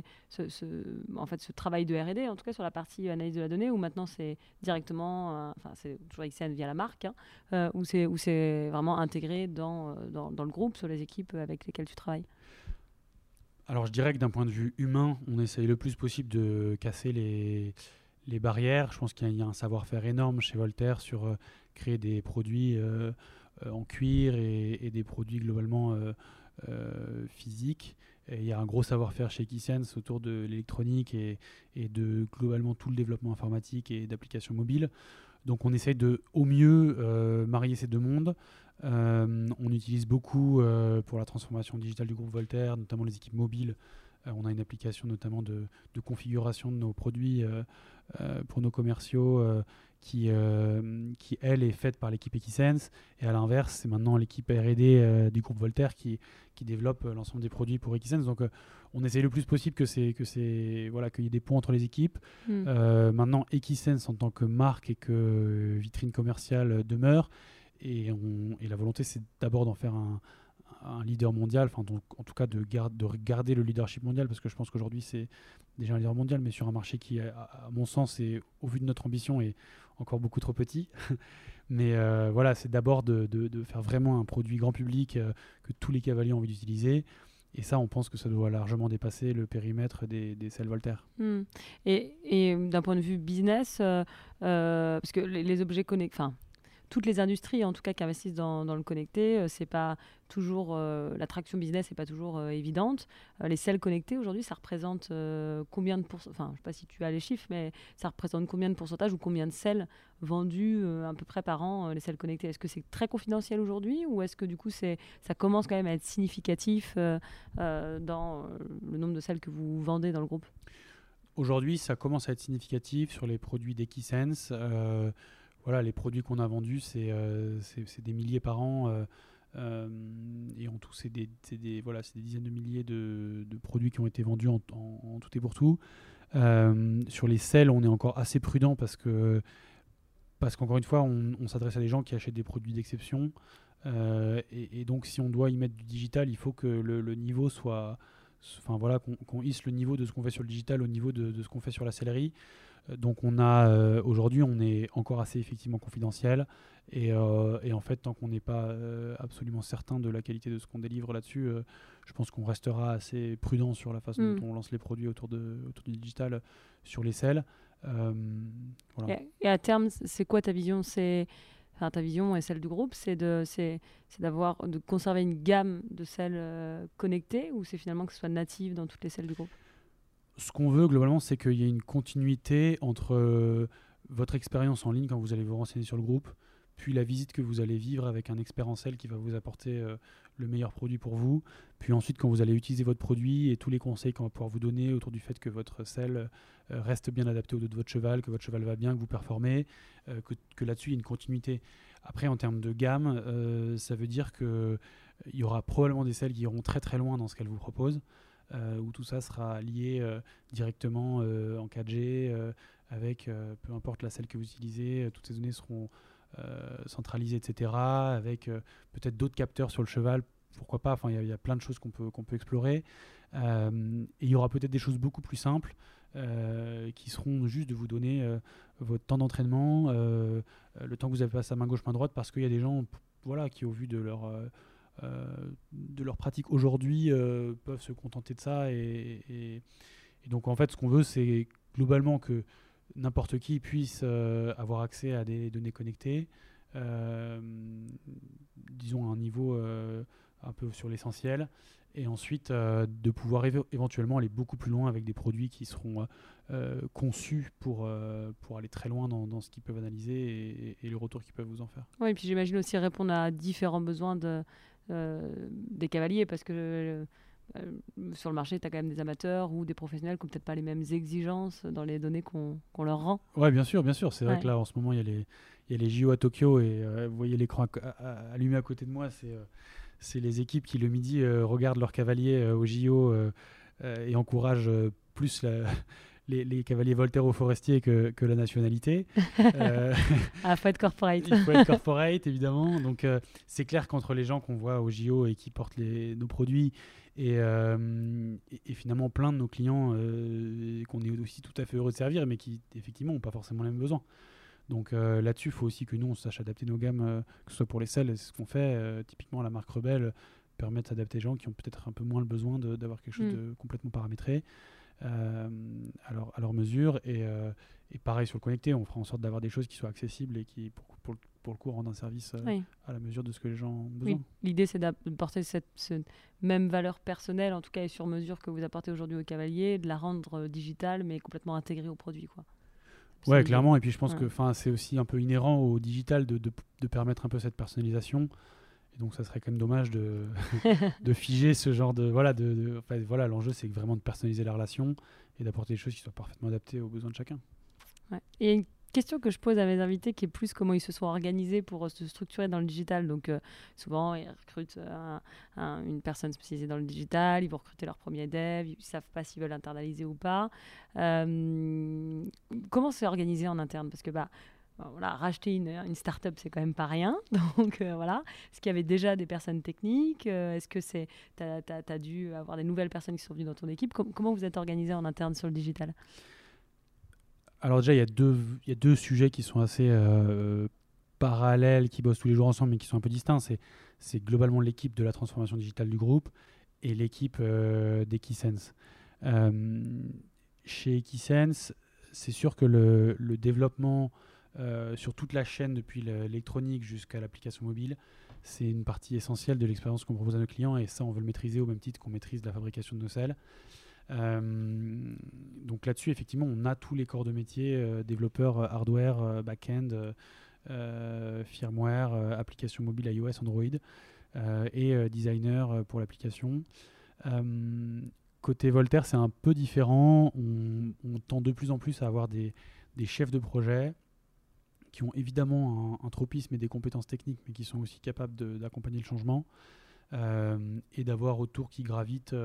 en fait, ce travail de R&D, en tout cas sur la partie analyse de la donnée, ou maintenant c'est directement, c'est toujours Equisense via la marque, ou c'est vraiment intégré dans le groupe, sur les équipes avec lesquelles tu travailles. Alors je dirais que d'un point de vue humain, on essaye le plus possible de casser les barrières. Je pense qu'il y a un savoir-faire énorme chez Voltaire sur créer des produits en cuir et des produits globalement physiques. Et il y a un gros savoir-faire chez Equisense autour de l'électronique et de globalement tout le développement informatique et d'applications mobiles. Donc on essaye de au mieux marier ces deux mondes. On utilise beaucoup pour la transformation digitale du groupe Voltaire, notamment les équipes mobiles. On a une application notamment de configuration de nos produits pour nos commerciaux qui, elle, est faite par l'équipe Equisense. Et à l'inverse, c'est maintenant l'équipe R&D du groupe Voltaire qui développe l'ensemble des produits pour Equisense. Donc on essaye le plus possible voilà, qu'il y ait des ponts entre les équipes. Maintenant, Equisense en tant que marque et que vitrine commerciale demeure. Et la volonté, c'est d'abord d'en faire un leader mondial, en tout cas de garder le leadership mondial, parce que je pense qu'aujourd'hui c'est déjà un leader mondial, mais sur un marché qui, à mon sens, et au vu de notre ambition, est encore beaucoup trop petit. Mais voilà, c'est d'abord de faire vraiment un produit grand public que tous les cavaliers ont envie d'utiliser. Et ça, on pense que ça doit largement dépasser le périmètre des selles Voltaire. Et d'un point de vue business, parce que les objets connectés, toutes les industries en tout cas qui investissent dans le connecté, c'est pas toujours la traction business n'est pas toujours évidente. Les selles connectées aujourd'hui, ça représente combien de pourcentage, je sais pas si tu as les chiffres, mais ça représente combien de pourcentage ou combien de selles vendues à peu près par an, les selles connectées? Est-ce que c'est très confidentiel aujourd'hui, ou est-ce que du coup ça commence quand même à être significatif dans le nombre de selles que vous vendez dans le groupe? Aujourd'hui, ça commence à être significatif sur les produits d'Equisense. Voilà, les produits qu'on a vendus, c'est des milliers par an. Et en tout, c'est des dizaines de milliers de produits qui ont été vendus en tout et pour tout. Sur les selles, on est encore assez prudent parce qu'encore une fois, on s'adresse à des gens qui achètent des produits d'exception. Et donc, si on doit y mettre du digital, il faut que le niveau soit... voilà, qu'on hisse le niveau de ce qu'on fait sur le digital au niveau de ce qu'on fait sur la sellerie. Donc aujourd'hui, on est encore assez effectivement confidentiel et en fait, tant qu'on n'est pas absolument certain de la qualité de ce qu'on délivre là-dessus, je pense qu'on restera assez prudent sur la façon dont on lance les produits autour du digital sur les selles. Voilà. Et à terme, c'est quoi ta vision? Ta vision et celle du groupe, c'est de conserver une gamme de selles connectées, ou c'est finalement que ce soit natif dans toutes les selles du groupe? Ce qu'on veut globalement, c'est qu'il y ait une continuité entre votre expérience en ligne quand vous allez vous renseigner sur le groupe, puis la visite que vous allez vivre avec un expert en selle qui va vous apporter le meilleur produit pour vous, puis ensuite quand vous allez utiliser votre produit et tous les conseils qu'on va pouvoir vous donner autour du fait que votre selle reste bien adaptée au dos de votre cheval, que votre cheval va bien, que vous performez, que là-dessus il y a une continuité. Après, en termes de gamme, ça veut dire qu'il y aura probablement des selles qui iront très très loin dans ce qu'elles vous proposent. Où tout ça sera lié directement en 4G avec peu importe la selle que vous utilisez, toutes ces données seront centralisées, etc. Avec peut-être d'autres capteurs sur le cheval, pourquoi pas. Enfin, il y a plein de choses qu'on peut explorer. Et il y aura peut-être des choses beaucoup plus simples qui seront juste de vous donner votre temps d'entraînement, le temps que vous avez passé à main gauche, main droite, parce qu'il y a des gens qui, au vu de leur pratique aujourd'hui, peuvent se contenter de ça. Et donc, en fait, ce qu'on veut, c'est globalement que n'importe qui puisse avoir accès à des données connectées, disons à un niveau un peu sur l'essentiel, et ensuite de pouvoir éventuellement aller beaucoup plus loin avec des produits qui seront conçus pour aller très loin dans ce qu'ils peuvent analyser et le retour qu'ils peuvent vous en faire. Oui, et puis j'imagine aussi répondre à différents besoins des cavaliers, parce que sur le marché, tu as quand même des amateurs ou des professionnels qui n'ont peut-être pas les mêmes exigences dans les données qu'on leur rend. Ouais, bien sûr, bien sûr. C'est vrai Ouais. que là, en ce moment, il y a les JO à Tokyo et vous voyez l'écran allumé à côté de moi. C'est les équipes qui, le midi, regardent leurs cavaliers aux JO et encouragent plus les cavaliers Voltaire aux forestiers que la nationalité. Euh, Ah, faut être corporate. il faut être corporate, évidemment. Donc, c'est clair qu'entre les gens qu'on voit aux JO et qui portent nos produits et finalement plein de nos clients qu'on est aussi tout à fait heureux de servir, mais qui, effectivement, n'ont pas forcément les mêmes besoins. Donc là-dessus, il faut aussi que nous, on sache adapter nos gammes, que ce soit pour les selles, c'est ce qu'on fait. Typiquement, la marque Rebelle permet de s'adapter aux gens qui ont peut-être un peu moins le besoin d'avoir quelque chose de complètement paramétré à leur mesure. Et pareil sur le connecté, on fera en sorte d'avoir des choses qui soient accessibles et qui, pour le coup, rendent un service Oui. à la mesure de ce que les gens ont besoin. Oui. L'idée, c'est d'apporter cette même valeur personnelle, en tout cas, et sur mesure que vous apportez aujourd'hui au cavalier, de la rendre digitale, mais complètement intégrée au produit, quoi. Ouais, C'est clairement. Et puis je pense ouais. que c'est aussi un peu inhérent au digital de permettre un peu cette personnalisation. Et donc ça serait quand même dommage de figer ce genre de... Enfin, voilà, l'enjeu, c'est vraiment de personnaliser la relation et d'apporter des choses qui soient parfaitement adaptées aux besoins de chacun. Ouais. Et une question que je pose à mes invités qui est plus comment ils se sont organisés pour se structurer dans le digital. Donc souvent, ils recrutent une personne spécialisée dans le digital, ils vont recruter leur premier dev, ils ne savent pas s'ils veulent internaliser ou pas. Comment c'est organisé en interne? Parce que voilà, racheter une start-up, c'est quand même pas rien. Donc voilà. Est-ce qu'il y avait déjà des personnes techniques? Est-ce que tu as dû avoir des nouvelles personnes qui sont venues dans ton équipe? Comment vous êtes organisé en interne sur le digital? Alors déjà, il y a deux sujets qui sont assez parallèles, qui bossent tous les jours ensemble, mais qui sont un peu distincts. C'est globalement l'équipe de la transformation digitale du groupe et l'équipe d'Equisense. Chez Equisense, c'est sûr que le développement sur toute la chaîne, depuis l'électronique jusqu'à l'application mobile, c'est une partie essentielle de l'expérience qu'on propose à nos clients, et ça, on veut le maîtriser au même titre qu'on maîtrise la fabrication de nos selles. Donc là-dessus, effectivement, on a tous les corps de métier, développeurs hardware, back-end, firmware, application mobile iOS, Android, et designer pour l'application. Côté Voltaire, c'est un peu différent. On tend de plus en plus à avoir des chefs de projet qui ont évidemment un tropisme et des compétences techniques, mais qui sont aussi capables d'accompagner le changement, et d'avoir autour qui gravitent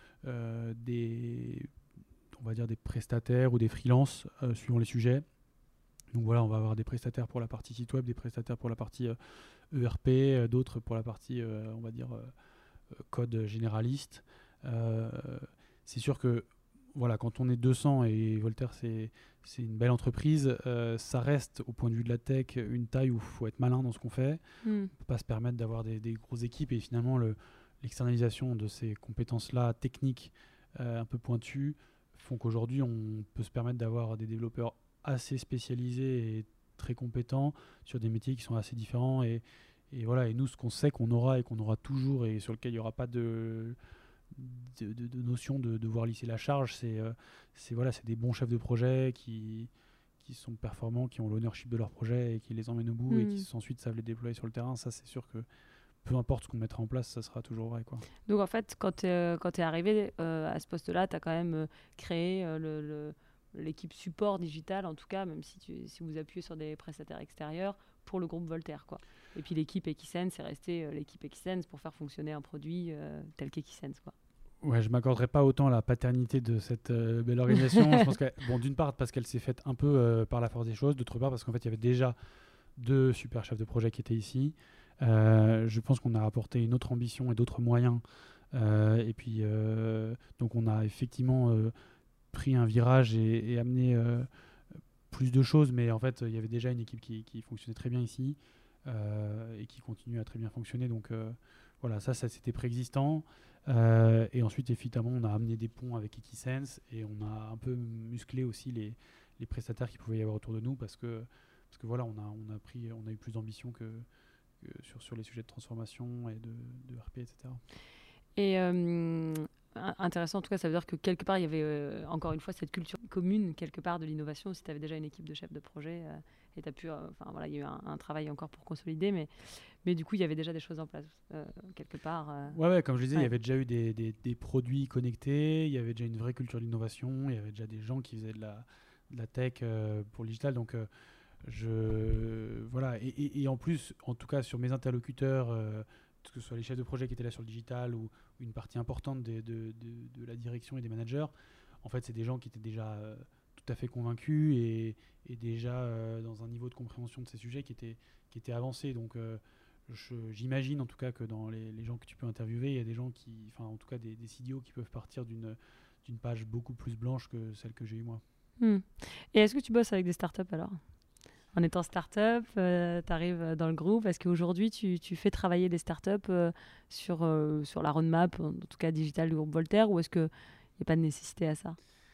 on va dire des prestataires ou des freelances suivant les sujets. Donc voilà, on va avoir des prestataires pour la partie site web, des prestataires pour la partie ERP, d'autres pour la partie, on va dire, code généraliste. C'est sûr que voilà, quand on est 200 et Voltaire, c'est une belle entreprise, ça reste, au point de vue de la tech, une taille où il faut être malin dans ce qu'on fait. On ne peut pas se permettre d'avoir des grosses équipes, et finalement, l'externalisation de ces compétences-là techniques un peu pointues font qu'aujourd'hui, on peut se permettre d'avoir des développeurs assez spécialisés et très compétents sur des métiers qui sont assez différents. Et voilà, et nous, ce qu'on sait qu'on aura et qu'on aura toujours, et sur lequel il n'y aura pas de notion de devoir lisser la charge, c'est des bons chefs de projet qui sont performants, qui ont l'ownership de leur projet et qui les emmènent au bout et qui ensuite savent les déployer sur le terrain. Ça, c'est sûr que peu importe ce qu'on mettra en place, ça sera toujours vrai, quoi. Donc en fait, quand tu es arrivé à ce poste-là, tu as quand même créé l'équipe support digital, en tout cas, même si vous appuyez sur des prestataires extérieurs, pour le groupe Voltaire, quoi. Et puis l'équipe Equisense est restée l'équipe Equisense pour faire fonctionner un produit tel qu'Equisense, quoi. Ouais, je m'accorderai pas autant la paternité de cette belle organisation. Je pense que, bon, d'une part parce qu'elle s'est faite un peu par la force des choses, d'autre part parce qu'en fait, il y avait déjà deux super chefs de projet qui étaient ici. Je pense qu'on a apporté une autre ambition et d'autres moyens. Et puis, donc on a effectivement pris un virage et amené plus de choses, mais en fait, il y avait déjà une équipe qui fonctionnait très bien ici et qui continue à très bien fonctionner. Donc voilà, ça c'était préexistant. Et ensuite, évidemment, on a amené des ponts avec Equisense et on a un peu musclé aussi les prestataires qu'il pouvait y avoir autour de nous parce que voilà, on a eu plus d'ambition que sur les sujets de transformation et de RP, etc. Et intéressant, en tout cas, ça veut dire que quelque part, il y avait encore une fois cette culture commune, quelque part, de l'innovation. Si tu avais déjà une équipe de chefs de projet et tu as pu. Enfin, voilà, il y a eu un travail encore pour consolider, mais du coup, il y avait déjà des choses en place, quelque part. Ouais, comme je disais, il y Ouais. avait déjà eu des produits connectés, il y avait déjà une vraie culture d'innovation, il y avait déjà des gens qui faisaient de la tech pour le digital. Donc, voilà. Et en plus, en tout cas, sur mes interlocuteurs, que ce soit les chefs de projet qui étaient là sur le digital ou une partie importante de la direction et des managers, en fait, c'est des gens qui étaient déjà tout à fait convaincus et déjà dans un niveau de compréhension de ces sujets qui était avancé. Donc, j'imagine en tout cas que dans les gens que tu peux interviewer, il y a des gens enfin en tout cas des CDO qui peuvent partir d'une page beaucoup plus blanche que celle que j'ai eue moi. Et est-ce que tu bosses avec des startups alors? En étant startup, tu arrives dans le groupe. Est-ce qu'aujourd'hui, tu fais travailler des startups sur la roadmap, en tout cas digitale du groupe Voltaire, ou est-ce qu'il n'y a pas de nécessité à ça?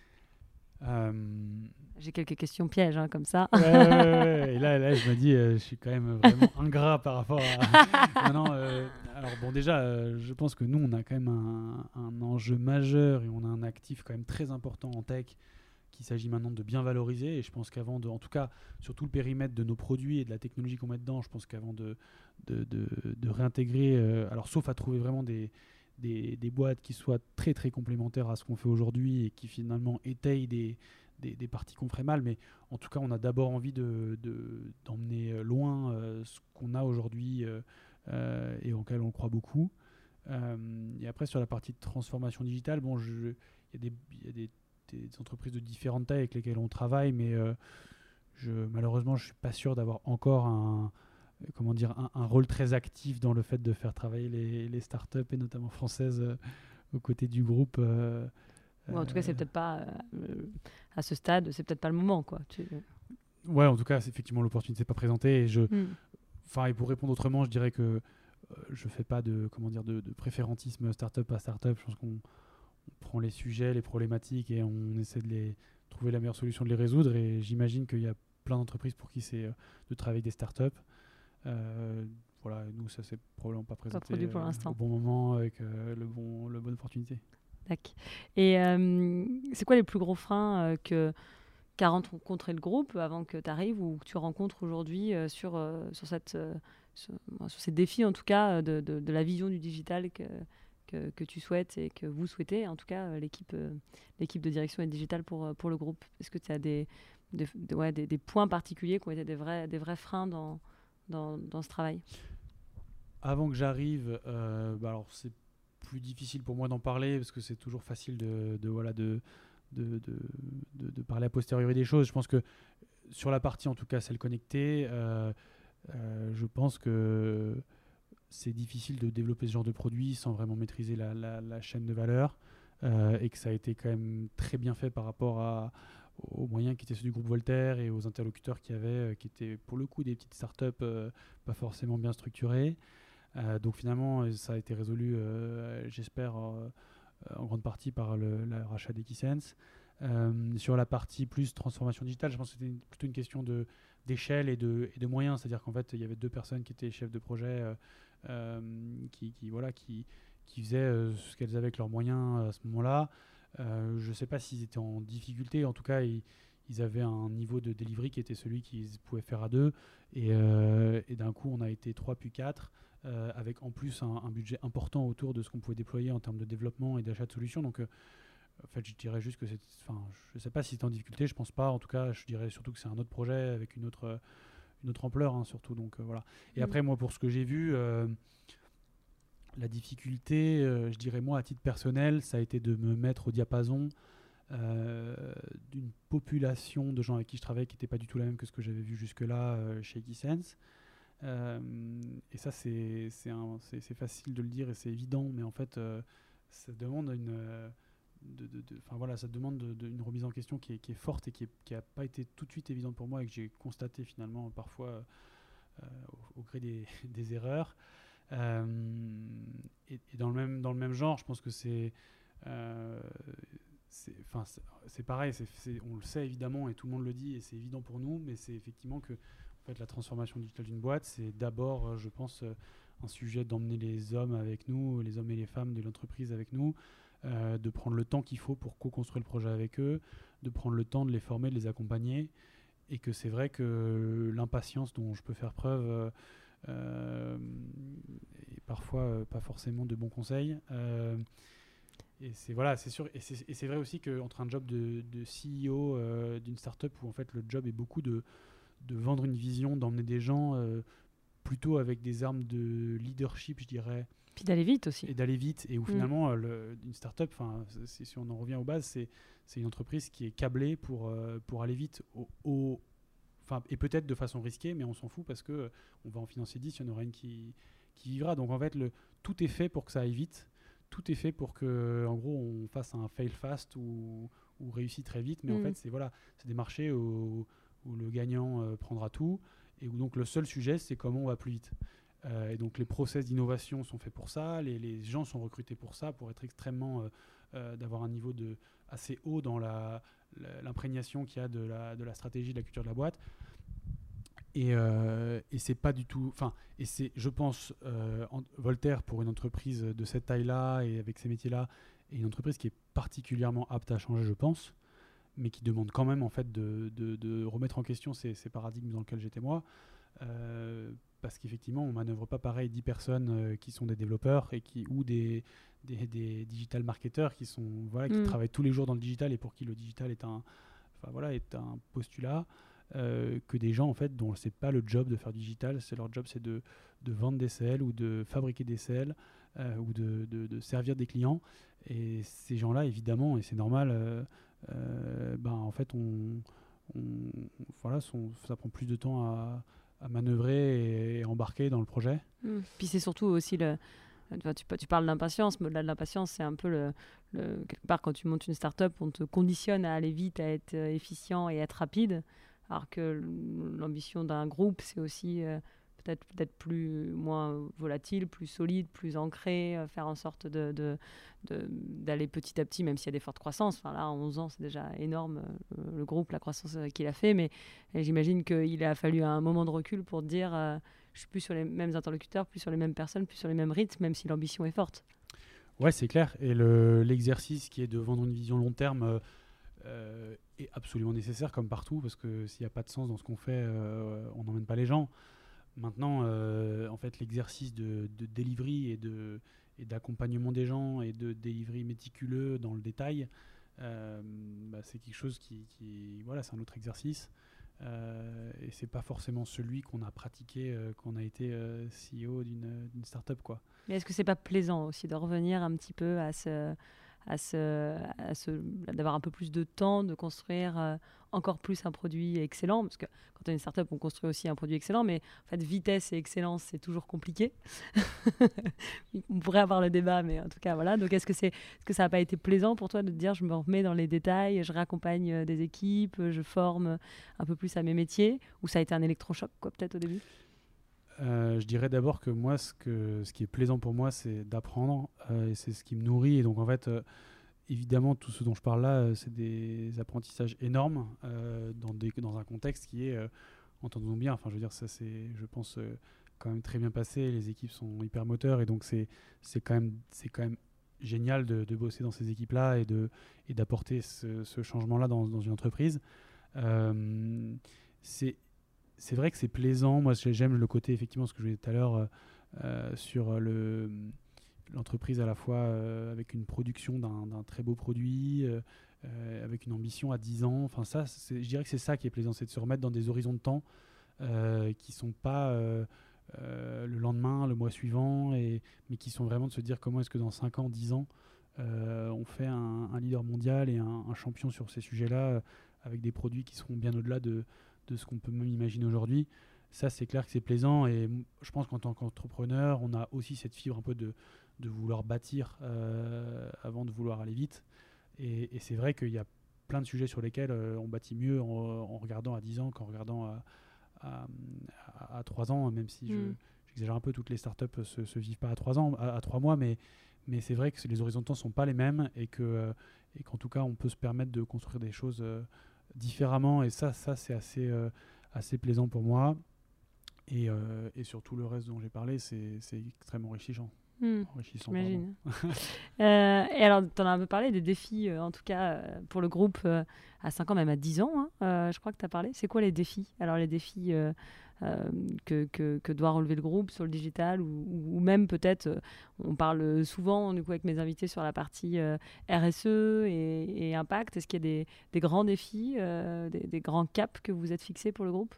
J'ai quelques questions pièges, hein, comme ça. Ouais. Et là, je me dis, je suis quand même vraiment ingrat par rapport à. Non, alors bon, déjà, je pense que nous, on a quand même un enjeu majeur et on a un actif quand même très important en tech qu'il s'agit maintenant de bien valoriser. Et je pense qu'avant en tout cas, sur tout le périmètre de nos produits et de la technologie qu'on met dedans, je pense qu'avant de réintégrer, alors sauf à trouver vraiment des boîtes qui soient très très complémentaires à ce qu'on fait aujourd'hui et qui finalement étayent des parties qu'on ferait mal, mais en tout cas on a d'abord envie d'emmener loin ce qu'on a aujourd'hui et auquel on croit beaucoup. Et après sur la partie de transformation digitale, bon, il y a des entreprises de différentes tailles avec lesquelles on travaille, mais malheureusement je suis pas sûr d'avoir encore un rôle très actif dans le fait de faire travailler les startups et notamment françaises aux côtés du groupe. Ou en tout cas, c'est peut-être pas à ce stade, c'est peut-être pas le moment, quoi. Ouais, en tout cas, effectivement, l'opportunité n'est pas présentée. Et pour répondre autrement, je dirais que je fais pas de préférentisme startup à startup. Je pense qu'on prend les sujets, les problématiques et on essaie de trouver la meilleure solution de les résoudre. Et j'imagine qu'il y a plein d'entreprises pour qui c'est de travailler avec des startups. Voilà, nous, ça s'est probablement pas présenté pour l'instant. au bon moment avec la bonne opportunité. D'accord. Et c'est quoi les plus gros freins qu'a rencontré le groupe avant que tu arrives ou que tu rencontres aujourd'hui sur ces défis, en tout cas, de la vision du digital que tu souhaites et que vous souhaitez, en tout cas, l'équipe de direction et digitale pour le groupe? Est-ce que tu as des points particuliers qui ont été des vrais freins dans ce travail? Avant que j'arrive, alors c'est plus difficile pour moi d'en parler parce que c'est toujours facile de parler a posteriori des choses. Je pense que sur la partie, en tout cas celle connectée, je pense que c'est difficile de développer ce genre de produit sans vraiment maîtriser la chaîne de valeur et que ça a été quand même très bien fait par rapport aux moyens qui étaient ceux du groupe Voltaire et aux interlocuteurs qu'il y avait, qui étaient pour le coup des petites startups pas forcément bien structurées. Donc finalement, ça a été résolu, j'espère, en grande partie par le rachat d'Equisense. Sur la partie plus transformation digitale, je pense que c'était plutôt une question d'échelle et de moyens. C'est-à-dire qu'en fait, il y avait 2 personnes qui étaient chefs de projet qui faisaient ce qu'elles avaient avec leurs moyens à ce moment-là. Je ne sais pas s'ils étaient en difficulté. En tout cas, ils avaient un niveau de delivery qui était celui qu'ils pouvaient faire à 2. Et d'un coup, on a été 3 puis 4. Avec en plus un budget important autour de ce qu'on pouvait déployer en termes de développement et d'achat de solutions. Donc, en fait, je dirais juste que je ne sais pas si c'était en difficulté, je pense pas. En tout cas, je dirais surtout que c'est un autre projet avec une autre ampleur, hein, surtout. Donc, voilà. Et après, moi, pour ce que j'ai vu, la difficulté, je dirais, moi, à titre personnel, ça a été de me mettre au diapason d'une population de gens avec qui je travaillais qui n'était pas du tout la même que ce que j'avais vu jusque-là chez Equisense. Et ça, c'est facile de le dire et c'est évident, mais en fait, ça demande ça demande une remise en question qui est forte et qui n'a pas été tout de suite évidente pour moi et que j'ai constaté finalement parfois au gré des erreurs. Et dans le même genre, je pense que c'est pareil, on le sait évidemment et tout le monde le dit et c'est évident pour nous, mais c'est effectivement que en fait, la transformation digitale d'une boîte, c'est d'abord, je pense, un sujet d'emmener les hommes avec nous, les hommes et les femmes de l'entreprise avec nous, de prendre le temps qu'il faut pour co-construire le projet avec eux, de prendre le temps de les former, de les accompagner, et que c'est vrai que l'impatience dont je peux faire preuve et parfois pas forcément de bons conseils. Et c'est sûr. Et c'est vrai aussi qu'entre un job de CEO d'une startup où en fait le job est beaucoup de vendre une vision, d'emmener des gens plutôt avec des armes de leadership, je dirais. Puis d'aller vite aussi. Et d'aller vite. Et où finalement, une startup, si on en revient aux bases, c'est une entreprise qui est câblée pour aller vite et peut-être de façon risquée, mais on s'en fout parce qu'on va en financer 10, il y en aura une qui vivra. Donc en fait, tout est fait pour que ça aille vite. Tout est fait pour que, en gros, on fasse un fail fast ou réussit très vite. Mais en fait, c'est des marchés où le gagnant prendra tout et où donc le seul sujet, c'est comment on va plus vite. Et donc les process d'innovation sont faits pour ça, les gens sont recrutés pour ça, pour être extrêmement, d'avoir un niveau assez haut dans l'imprégnation qu'il y a de la stratégie, de la culture de la boîte. Et c'est pas du tout, et c'est, je pense, Voltaire, pour une entreprise de cette taille-là et avec ces métiers-là, est une entreprise qui est particulièrement apte à changer, je pense, mais qui demande quand même en fait de remettre en question ces paradigmes dans lesquels j'étais moi. Parce qu'effectivement, on ne manœuvre pas pareil 10 personnes qui sont des développeurs ou des digital marketeurs qui travaillent tous les jours dans le digital et pour qui le digital est un postulat, que des gens en fait, dont ce n'est pas le job de faire du digital, leur job c'est de vendre des selles ou de fabriquer des selles ou de servir des clients. Et ces gens-là, évidemment, et c'est normal, en fait, ça prend plus de temps à manœuvrer et embarquer dans le projet. Puis c'est surtout aussi tu parles d'impatience, mais au-delà de l'impatience, c'est un peu quelque part quand tu montes une start-up, on te conditionne à aller vite, à être efficient et à être rapide, alors que l'ambition d'un groupe, c'est aussi peut-être moins volatile, plus solide, plus ancré, faire en sorte d'aller petit à petit, même s'il y a des fortes croissances. Enfin, là, en 11 ans, c'est déjà énorme, le groupe, la croissance qu'il a fait, mais j'imagine qu'il a fallu un moment de recul pour dire je suis plus sur les mêmes interlocuteurs, plus sur les mêmes personnes, plus sur les mêmes rythmes, même si l'ambition est forte. Ouais, c'est clair. Et l'exercice qui est de vendre une vision long terme est absolument nécessaire, comme partout, parce que s'il n'y a pas de sens dans ce qu'on fait, on n'emmène pas les gens. Maintenant, en fait, l'exercice de delivery et d'accompagnement des gens et de delivery méticuleux dans le détail, c'est quelque chose c'est un autre exercice. Et c'est pas forcément celui qu'on a pratiqué quand on a été CEO d'une startup, quoi. Mais est-ce que c'est pas plaisant aussi de revenir un petit peu d'avoir un peu plus de temps, de construire encore plus un produit excellent, parce que quand on est une startup, on construit aussi un produit excellent, mais en fait, vitesse et excellence, c'est toujours compliqué. On pourrait avoir le débat, mais en tout cas, voilà. Donc, est-ce que ça n'a pas été plaisant pour toi de te dire, je me remets dans les détails, je raccompagne des équipes, je forme un peu plus à mes métiers, ou ça a été un électrochoc, quoi, peut-être au début? Je dirais d'abord que moi, ce qui est plaisant pour moi, c'est d'apprendre et c'est ce qui me nourrit. Et donc, en fait, évidemment, tout ce dont je parle là, c'est des apprentissages énormes dans un contexte qui est, entendons bien, enfin, je veux dire, ça c'est, je pense, quand même très bien passé. Les équipes sont hyper moteurs et donc c'est quand même génial de bosser dans ces équipes-là et d'apporter ce changement-là dans une entreprise. C'est vrai que c'est plaisant. Moi, j'aime le côté, effectivement, ce que je disais tout à l'heure sur l'entreprise à la fois avec une production d'un très beau produit, avec une ambition à 10 ans. Enfin, je dirais que c'est ça qui est plaisant, c'est de se remettre dans des horizons de temps qui ne sont pas le lendemain, le mois suivant, mais qui sont vraiment de se dire comment est-ce que dans 5 ans, 10 ans, on fait un leader mondial et un champion sur ces sujets-là avec des produits qui seront bien au-delà de ce qu'on peut même imaginer aujourd'hui. Ça, c'est clair que c'est plaisant et je pense qu'en tant qu'entrepreneur, on a aussi cette fibre un peu de vouloir bâtir avant de vouloir aller vite. Et c'est vrai qu'il y a plein de sujets sur lesquels on bâtit mieux en regardant à 10 ans qu'en regardant à 3 ans, même si j'exagère un peu, toutes les startups se vivent pas à 3 ans, à 3 mois, mais c'est vrai que les horizons de temps ne sont pas les mêmes et qu'en tout cas, on peut se permettre de construire des choses différemment et ça c'est assez plaisant pour moi. Et sur tout le reste dont j'ai parlé, c'est extrêmement enrichissant. J'imagine. Et alors, tu en as un peu parlé des défis, en tout cas pour le groupe à 5 ans, même à 10 ans, hein, je crois que tu as parlé. C'est quoi les défis? Alors, les défis que doit relever le groupe sur le digital ou même peut-être, on parle souvent du coup, avec mes invités sur la partie RSE et impact. Est-ce qu'il y a des grands défis, des grands caps que vous êtes fixés pour le groupe?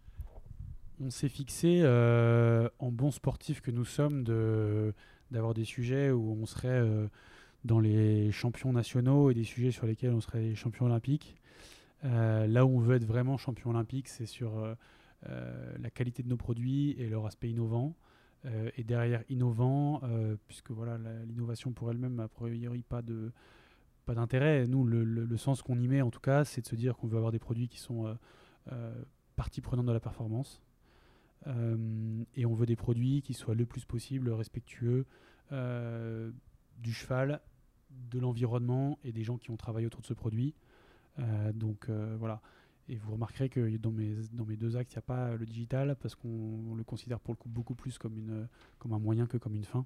On s'est fixé, en bons sportifs que nous sommes, d'avoir des sujets où on serait dans les champions nationaux et des sujets sur lesquels on serait les champions olympiques. Là où on veut être vraiment champion olympique, c'est sur la qualité de nos produits et leur aspect innovant. Et derrière innovant, puisque voilà, l'innovation pour elle-même a priori pas d'intérêt. Nous, le sens qu'on y met en tout cas, c'est de se dire qu'on veut avoir des produits qui sont partie prenante de la performance. Et on veut des produits qui soient le plus possible respectueux du cheval, de l'environnement et des gens qui ont travaillé autour de ce produit. Donc voilà. Et vous remarquerez que dans mes deux axes, il n'y a pas le digital parce qu'on le considère pour le coup beaucoup plus comme un moyen que comme une fin.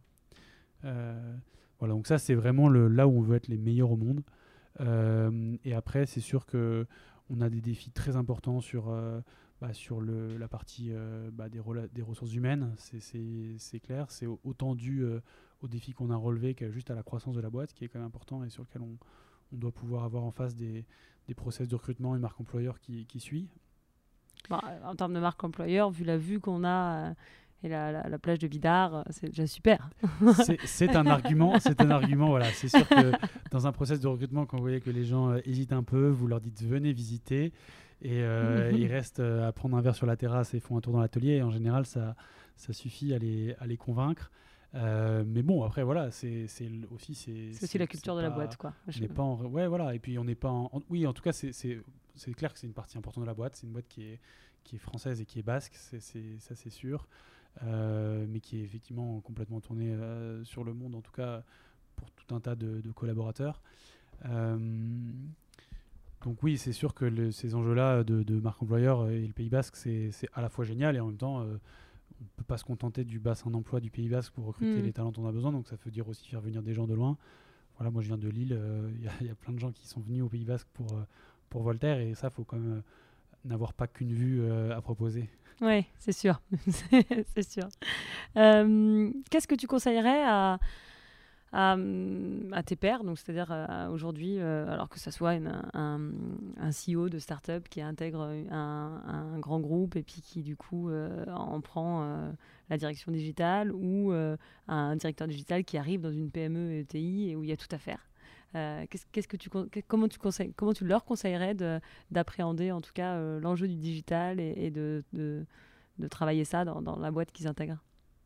Voilà, donc ça c'est vraiment là où on veut être les meilleurs au monde. Et après, c'est sûr qu'on a des défis très importants sur la partie des ressources humaines, c'est clair. C'est autant dû aux défis qu'on a relevés que juste à la croissance de la boîte, qui est quand même important et sur lequel on doit pouvoir avoir en face des process de recrutement et marque employeur qui suit. Bon, en termes de marque employeur, vu la vue qu'on a et la plage de Bidart, c'est déjà super. C'est un argument, voilà. C'est sûr que dans un process de recrutement, quand vous voyez que les gens hésitent un peu, vous leur dites venez visiter. Et ils restent à prendre un verre sur la terrasse et font un tour dans l'atelier. Et en général, ça suffit à les convaincre. Mais bon, après, voilà, c'est aussi la culture de la boîte, quoi. On n'est pas ouais, voilà. Et puis, on n'est pas oui, en tout cas, c'est clair que c'est une partie importante de la boîte. C'est une boîte qui est française et qui est basque, ça, c'est sûr. Mais qui est effectivement complètement tournée sur le monde, en tout cas, pour tout un tas de collaborateurs. Donc oui, c'est sûr que ces enjeux-là de marque employeur et le Pays Basque, c'est à la fois génial et en même temps, on ne peut pas se contenter du bassin d'emploi du Pays Basque pour recruter les talents dont on a besoin. Donc ça veut dire aussi faire venir des gens de loin. Voilà, moi je viens de Lille, il y a plein de gens qui sont venus au Pays Basque pour Voltaire et ça, il faut quand même n'avoir pas qu'une vue à proposer. Oui, c'est sûr. C'est sûr. Qu'est-ce que tu conseillerais à tes pairs, donc c'est-à-dire aujourd'hui, alors que ce soit un CEO de start-up qui intègre un grand groupe et puis qui du coup en prend la direction digitale ou un directeur digital qui arrive dans une PME ETI et où il y a tout à faire. Comment tu leur conseillerais d'appréhender en tout cas l'enjeu du digital et de travailler ça dans la boîte qu'ils intègrent?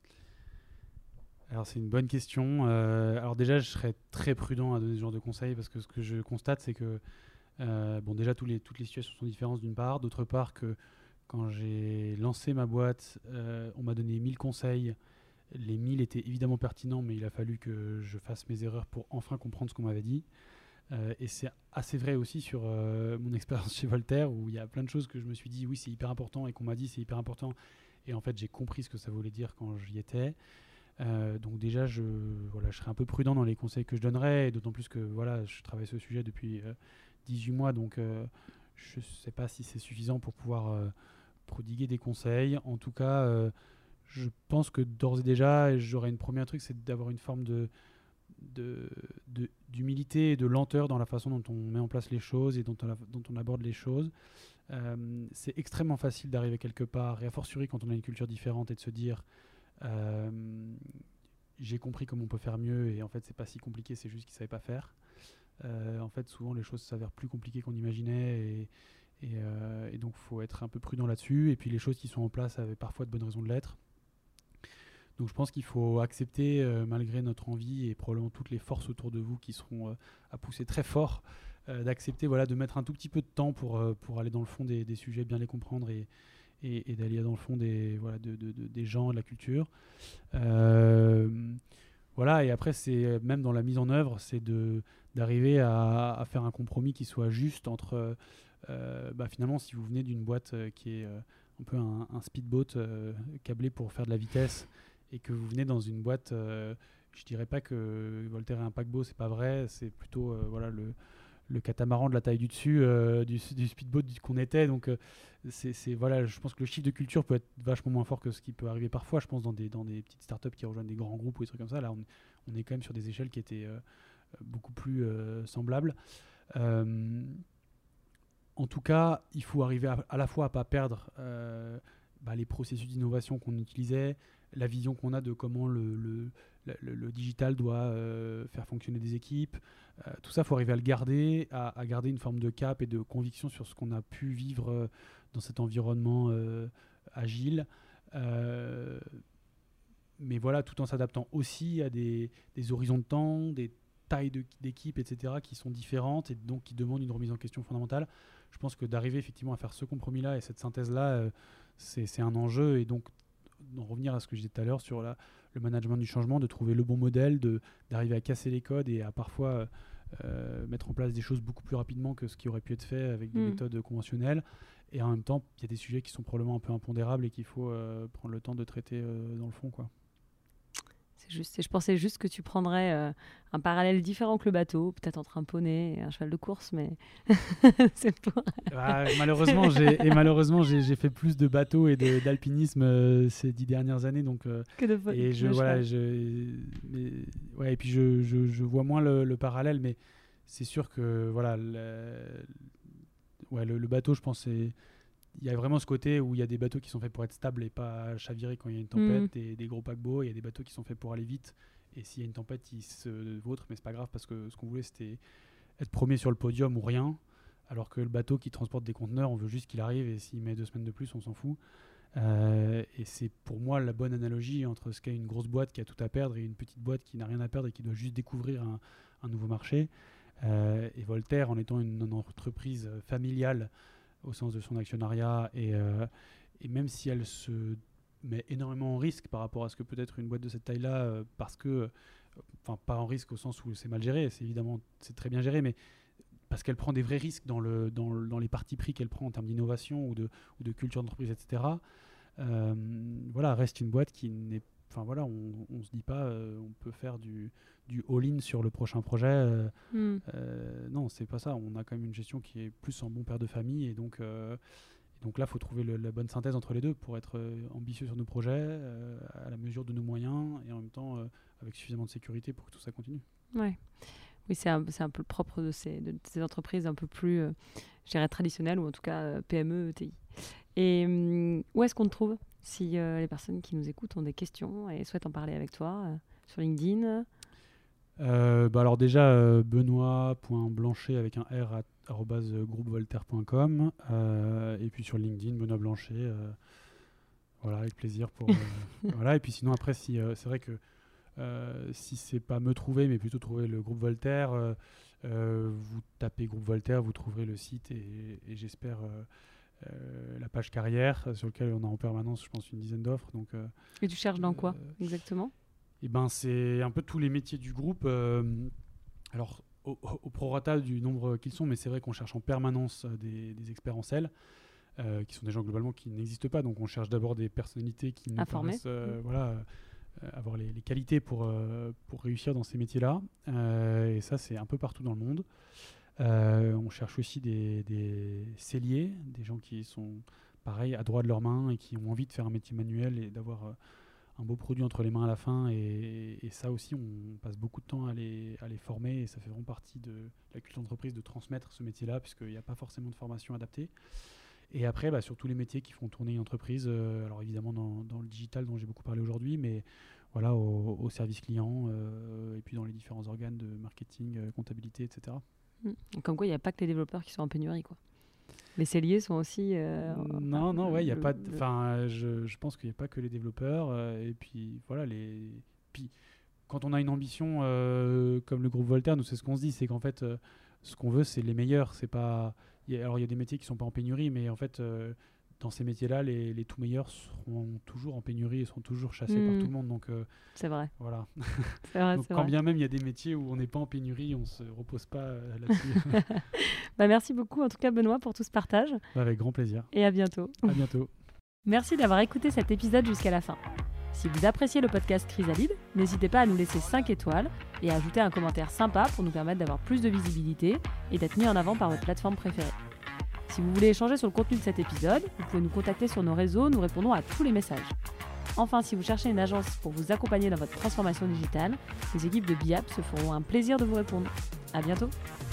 Alors c'est une bonne question. Alors déjà, je serais très prudent à donner ce genre de conseils parce que ce que je constate, c'est que déjà toutes les situations sont différentes d'une part. D'autre part que quand j'ai lancé ma boîte, on m'a donné 1000 conseils. Les 1000 étaient évidemment pertinents, mais il a fallu que je fasse mes erreurs pour enfin comprendre ce qu'on m'avait dit. Et c'est assez vrai aussi sur mon expérience chez Voltaire, où il y a plein de choses que je me suis dit, oui, c'est hyper important, et qu'on m'a dit, c'est hyper important. Et en fait, j'ai compris ce que ça voulait dire quand j'y étais. Donc déjà, je serais un peu prudent dans les conseils que je donnerais, et d'autant plus que je travaille ce sujet depuis 18 mois, donc je ne sais pas si c'est suffisant pour pouvoir prodiguer des conseils. En tout cas, je pense que d'ores et déjà, j'aurais une première truc, c'est d'avoir une forme d'humilité et de lenteur dans la façon dont on met en place les choses et dont on aborde les choses. C'est extrêmement facile d'arriver quelque part, et a fortiori quand on a une culture différente, et de se dire j'ai compris comment on peut faire mieux, et en fait c'est pas si compliqué, c'est juste qu'ils savaient pas faire. En fait souvent les choses s'avèrent plus compliquées qu'on imaginait, et donc il faut être un peu prudent là-dessus, et puis les choses qui sont en place avaient parfois de bonnes raisons de l'être. Donc je pense qu'il faut accepter, malgré notre envie et probablement toutes les forces autour de vous qui seront à pousser très fort, d'accepter de mettre un tout petit peu de temps pour aller dans le fond des sujets, bien les comprendre, et d'aller dans le fond des gens, de la culture. Et après, c'est même dans la mise en œuvre, c'est d'arriver à faire un compromis qui soit juste entre, finalement, si vous venez d'une boîte qui est un peu un speedboat câblé pour faire de la vitesse et que vous venez dans une boîte, je dirais pas que Voltaire est un paquebot, c'est pas vrai, c'est plutôt voilà, le catamaran de la taille du dessus du speedboat qu'on était. Donc voilà, je pense que le chiffre de culture peut être vachement moins fort que ce qui peut arriver parfois, je pense, dans des petites startups qui rejoignent des grands groupes ou des trucs comme ça. Là, on est quand même sur des échelles qui étaient beaucoup plus semblables. En tout cas, il faut arriver à la fois à ne pas perdre les processus d'innovation qu'on utilisait, la vision qu'on a de comment le digital doit faire fonctionner des équipes. Tout ça, il faut arriver à le garder, à garder une forme de cap et de conviction sur ce qu'on a pu vivre dans cet environnement agile. Mais voilà, tout en s'adaptant aussi à des horizons de temps, des tailles d'équipe, etc., qui sont différentes et donc qui demandent une remise en question fondamentale. Je pense que d'arriver effectivement à faire ce compromis-là et cette synthèse-là, c'est un enjeu. Et donc, d'en revenir à ce que je disais tout à l'heure sur le management du changement, de trouver le bon modèle, d'arriver à casser les codes et à parfois mettre en place des choses beaucoup plus rapidement que ce qui aurait pu être fait avec des méthodes conventionnelles. Et en même temps, il y a des sujets qui sont probablement un peu impondérables et qu'il faut prendre le temps de traiter dans le fond, quoi. C'est juste. Et je pensais juste que tu prendrais un parallèle différent que le bateau, peut-être entre un poney et un cheval de course, mais c'est pour... malheureusement, j'ai fait plus de bateaux et d'alpinisme ces 10 dernières années, donc que de et et puis je vois moins le parallèle, mais c'est sûr que voilà, le bateau, je pense, il y a vraiment ce côté où il y a des bateaux qui sont faits pour être stables et pas chavirer quand il y a une tempête, et des gros paquebots. Il y a des bateaux qui sont faits pour aller vite, et s'il y a une tempête, ils se vautrent, mais c'est pas grave parce que ce qu'on voulait, c'était être premier sur le podium ou rien, alors que le bateau qui transporte des conteneurs, on veut juste qu'il arrive, et s'il met 2 semaines de plus, on s'en fout. Et c'est pour moi la bonne analogie entre ce qu'est une grosse boîte qui a tout à perdre et une petite boîte qui n'a rien à perdre et qui doit juste découvrir un nouveau marché. Et Voltaire, en étant une entreprise familiale au sens de son actionnariat, et même si elle se met énormément en risque par rapport à ce que peut être une boîte de cette taille-là, parce que, enfin pas en risque au sens où c'est mal géré, c'est très bien géré, mais parce qu'elle prend des vrais risques dans les partis pris qu'elle prend en termes d'innovation ou de culture d'entreprise, etc. Voilà, reste une boîte qui n'est... Enfin voilà, on se dit pas on peut faire du all-in sur le prochain projet. Non, c'est pas ça. On a quand même une gestion qui est plus en bon père de famille, et donc là, il faut trouver la bonne synthèse entre les deux pour être ambitieux sur nos projets, à la mesure de nos moyens, et en même temps avec suffisamment de sécurité pour que tout ça continue. Ouais. Oui, c'est un peu le propre de ces entreprises un peu plus, je dirais, traditionnelles, ou en tout cas PME, ETI. Et où est-ce qu'on te trouve si les personnes qui nous écoutent ont des questions et souhaitent en parler avec toi sur LinkedIn? Alors déjà, benoît.blanchet avec un r @groupevoltaire.com, et puis sur LinkedIn, Benoît Blanchet, voilà, avec plaisir pour voilà. Et puis sinon après, si c'est vrai que si c'est pas me trouver mais plutôt trouver le groupe Voltaire, vous tapez groupe Voltaire, vous trouverez le site, et j'espère la page carrière sur laquelle on a en permanence, je pense, une dizaine d'offres. Donc, et tu cherches dans quoi exactement? Et ben, c'est un peu tous les métiers du groupe. Alors, au prorata du nombre qu'ils sont, mais c'est vrai qu'on cherche en permanence des experts en sel, qui sont des gens globalement qui n'existent pas. Donc, on cherche d'abord des personnalités qui nous paraissent avoir les qualités pour réussir dans ces métiers-là. Et ça, c'est un peu partout dans le monde. On cherche aussi des selliers, des gens qui sont pareil, à droit de leurs mains et qui ont envie de faire un métier manuel et d'avoir un beau produit entre les mains à la fin. Et ça aussi, on passe beaucoup de temps à les former, et ça fait vraiment partie de la culture d'entreprise de transmettre ce métier-là, puisqu'il n'y a pas forcément de formation adaptée. Et après, sur tous les métiers qui font tourner une entreprise, alors évidemment dans le digital dont j'ai beaucoup parlé aujourd'hui, mais voilà, au service client, et puis dans les différents organes de marketing, comptabilité, etc. Comme quoi, il n'y a pas que les développeurs qui sont en pénurie, quoi. Les selliers sont aussi... non, ouais, il y a pas... Enfin, je pense qu'il n'y a pas que les développeurs. Et puis, voilà, puis, quand on a une ambition comme le groupe Voltaire, nous, c'est ce qu'on se dit, c'est qu'en fait, ce qu'on veut, c'est les meilleurs. C'est pas... Alors, il y a des métiers qui ne sont pas en pénurie, mais en fait, dans ces métiers-là, les tout meilleurs seront toujours en pénurie et seront toujours chassés par tout le monde. Donc, c'est vrai. Voilà. C'est vrai, donc, c'est quand vrai. bien même il y a des métiers où on n'est pas en pénurie, on ne se repose pas là-dessus. Merci beaucoup, en tout cas, Benoît, pour tout ce partage. Avec grand plaisir. Et à bientôt. À bientôt. Merci d'avoir écouté cet épisode jusqu'à la fin. Si vous appréciez le podcast Chrysalide, n'hésitez pas à nous laisser 5 étoiles et à ajouter un commentaire sympa pour nous permettre d'avoir plus de visibilité et d'être mis en avant par votre plateforme préférée. Si vous voulez échanger sur le contenu de cet épisode, vous pouvez nous contacter sur nos réseaux, nous répondons à tous les messages. Enfin, si vous cherchez une agence pour vous accompagner dans votre transformation digitale, les équipes de BIAP se feront un plaisir de vous répondre. À bientôt!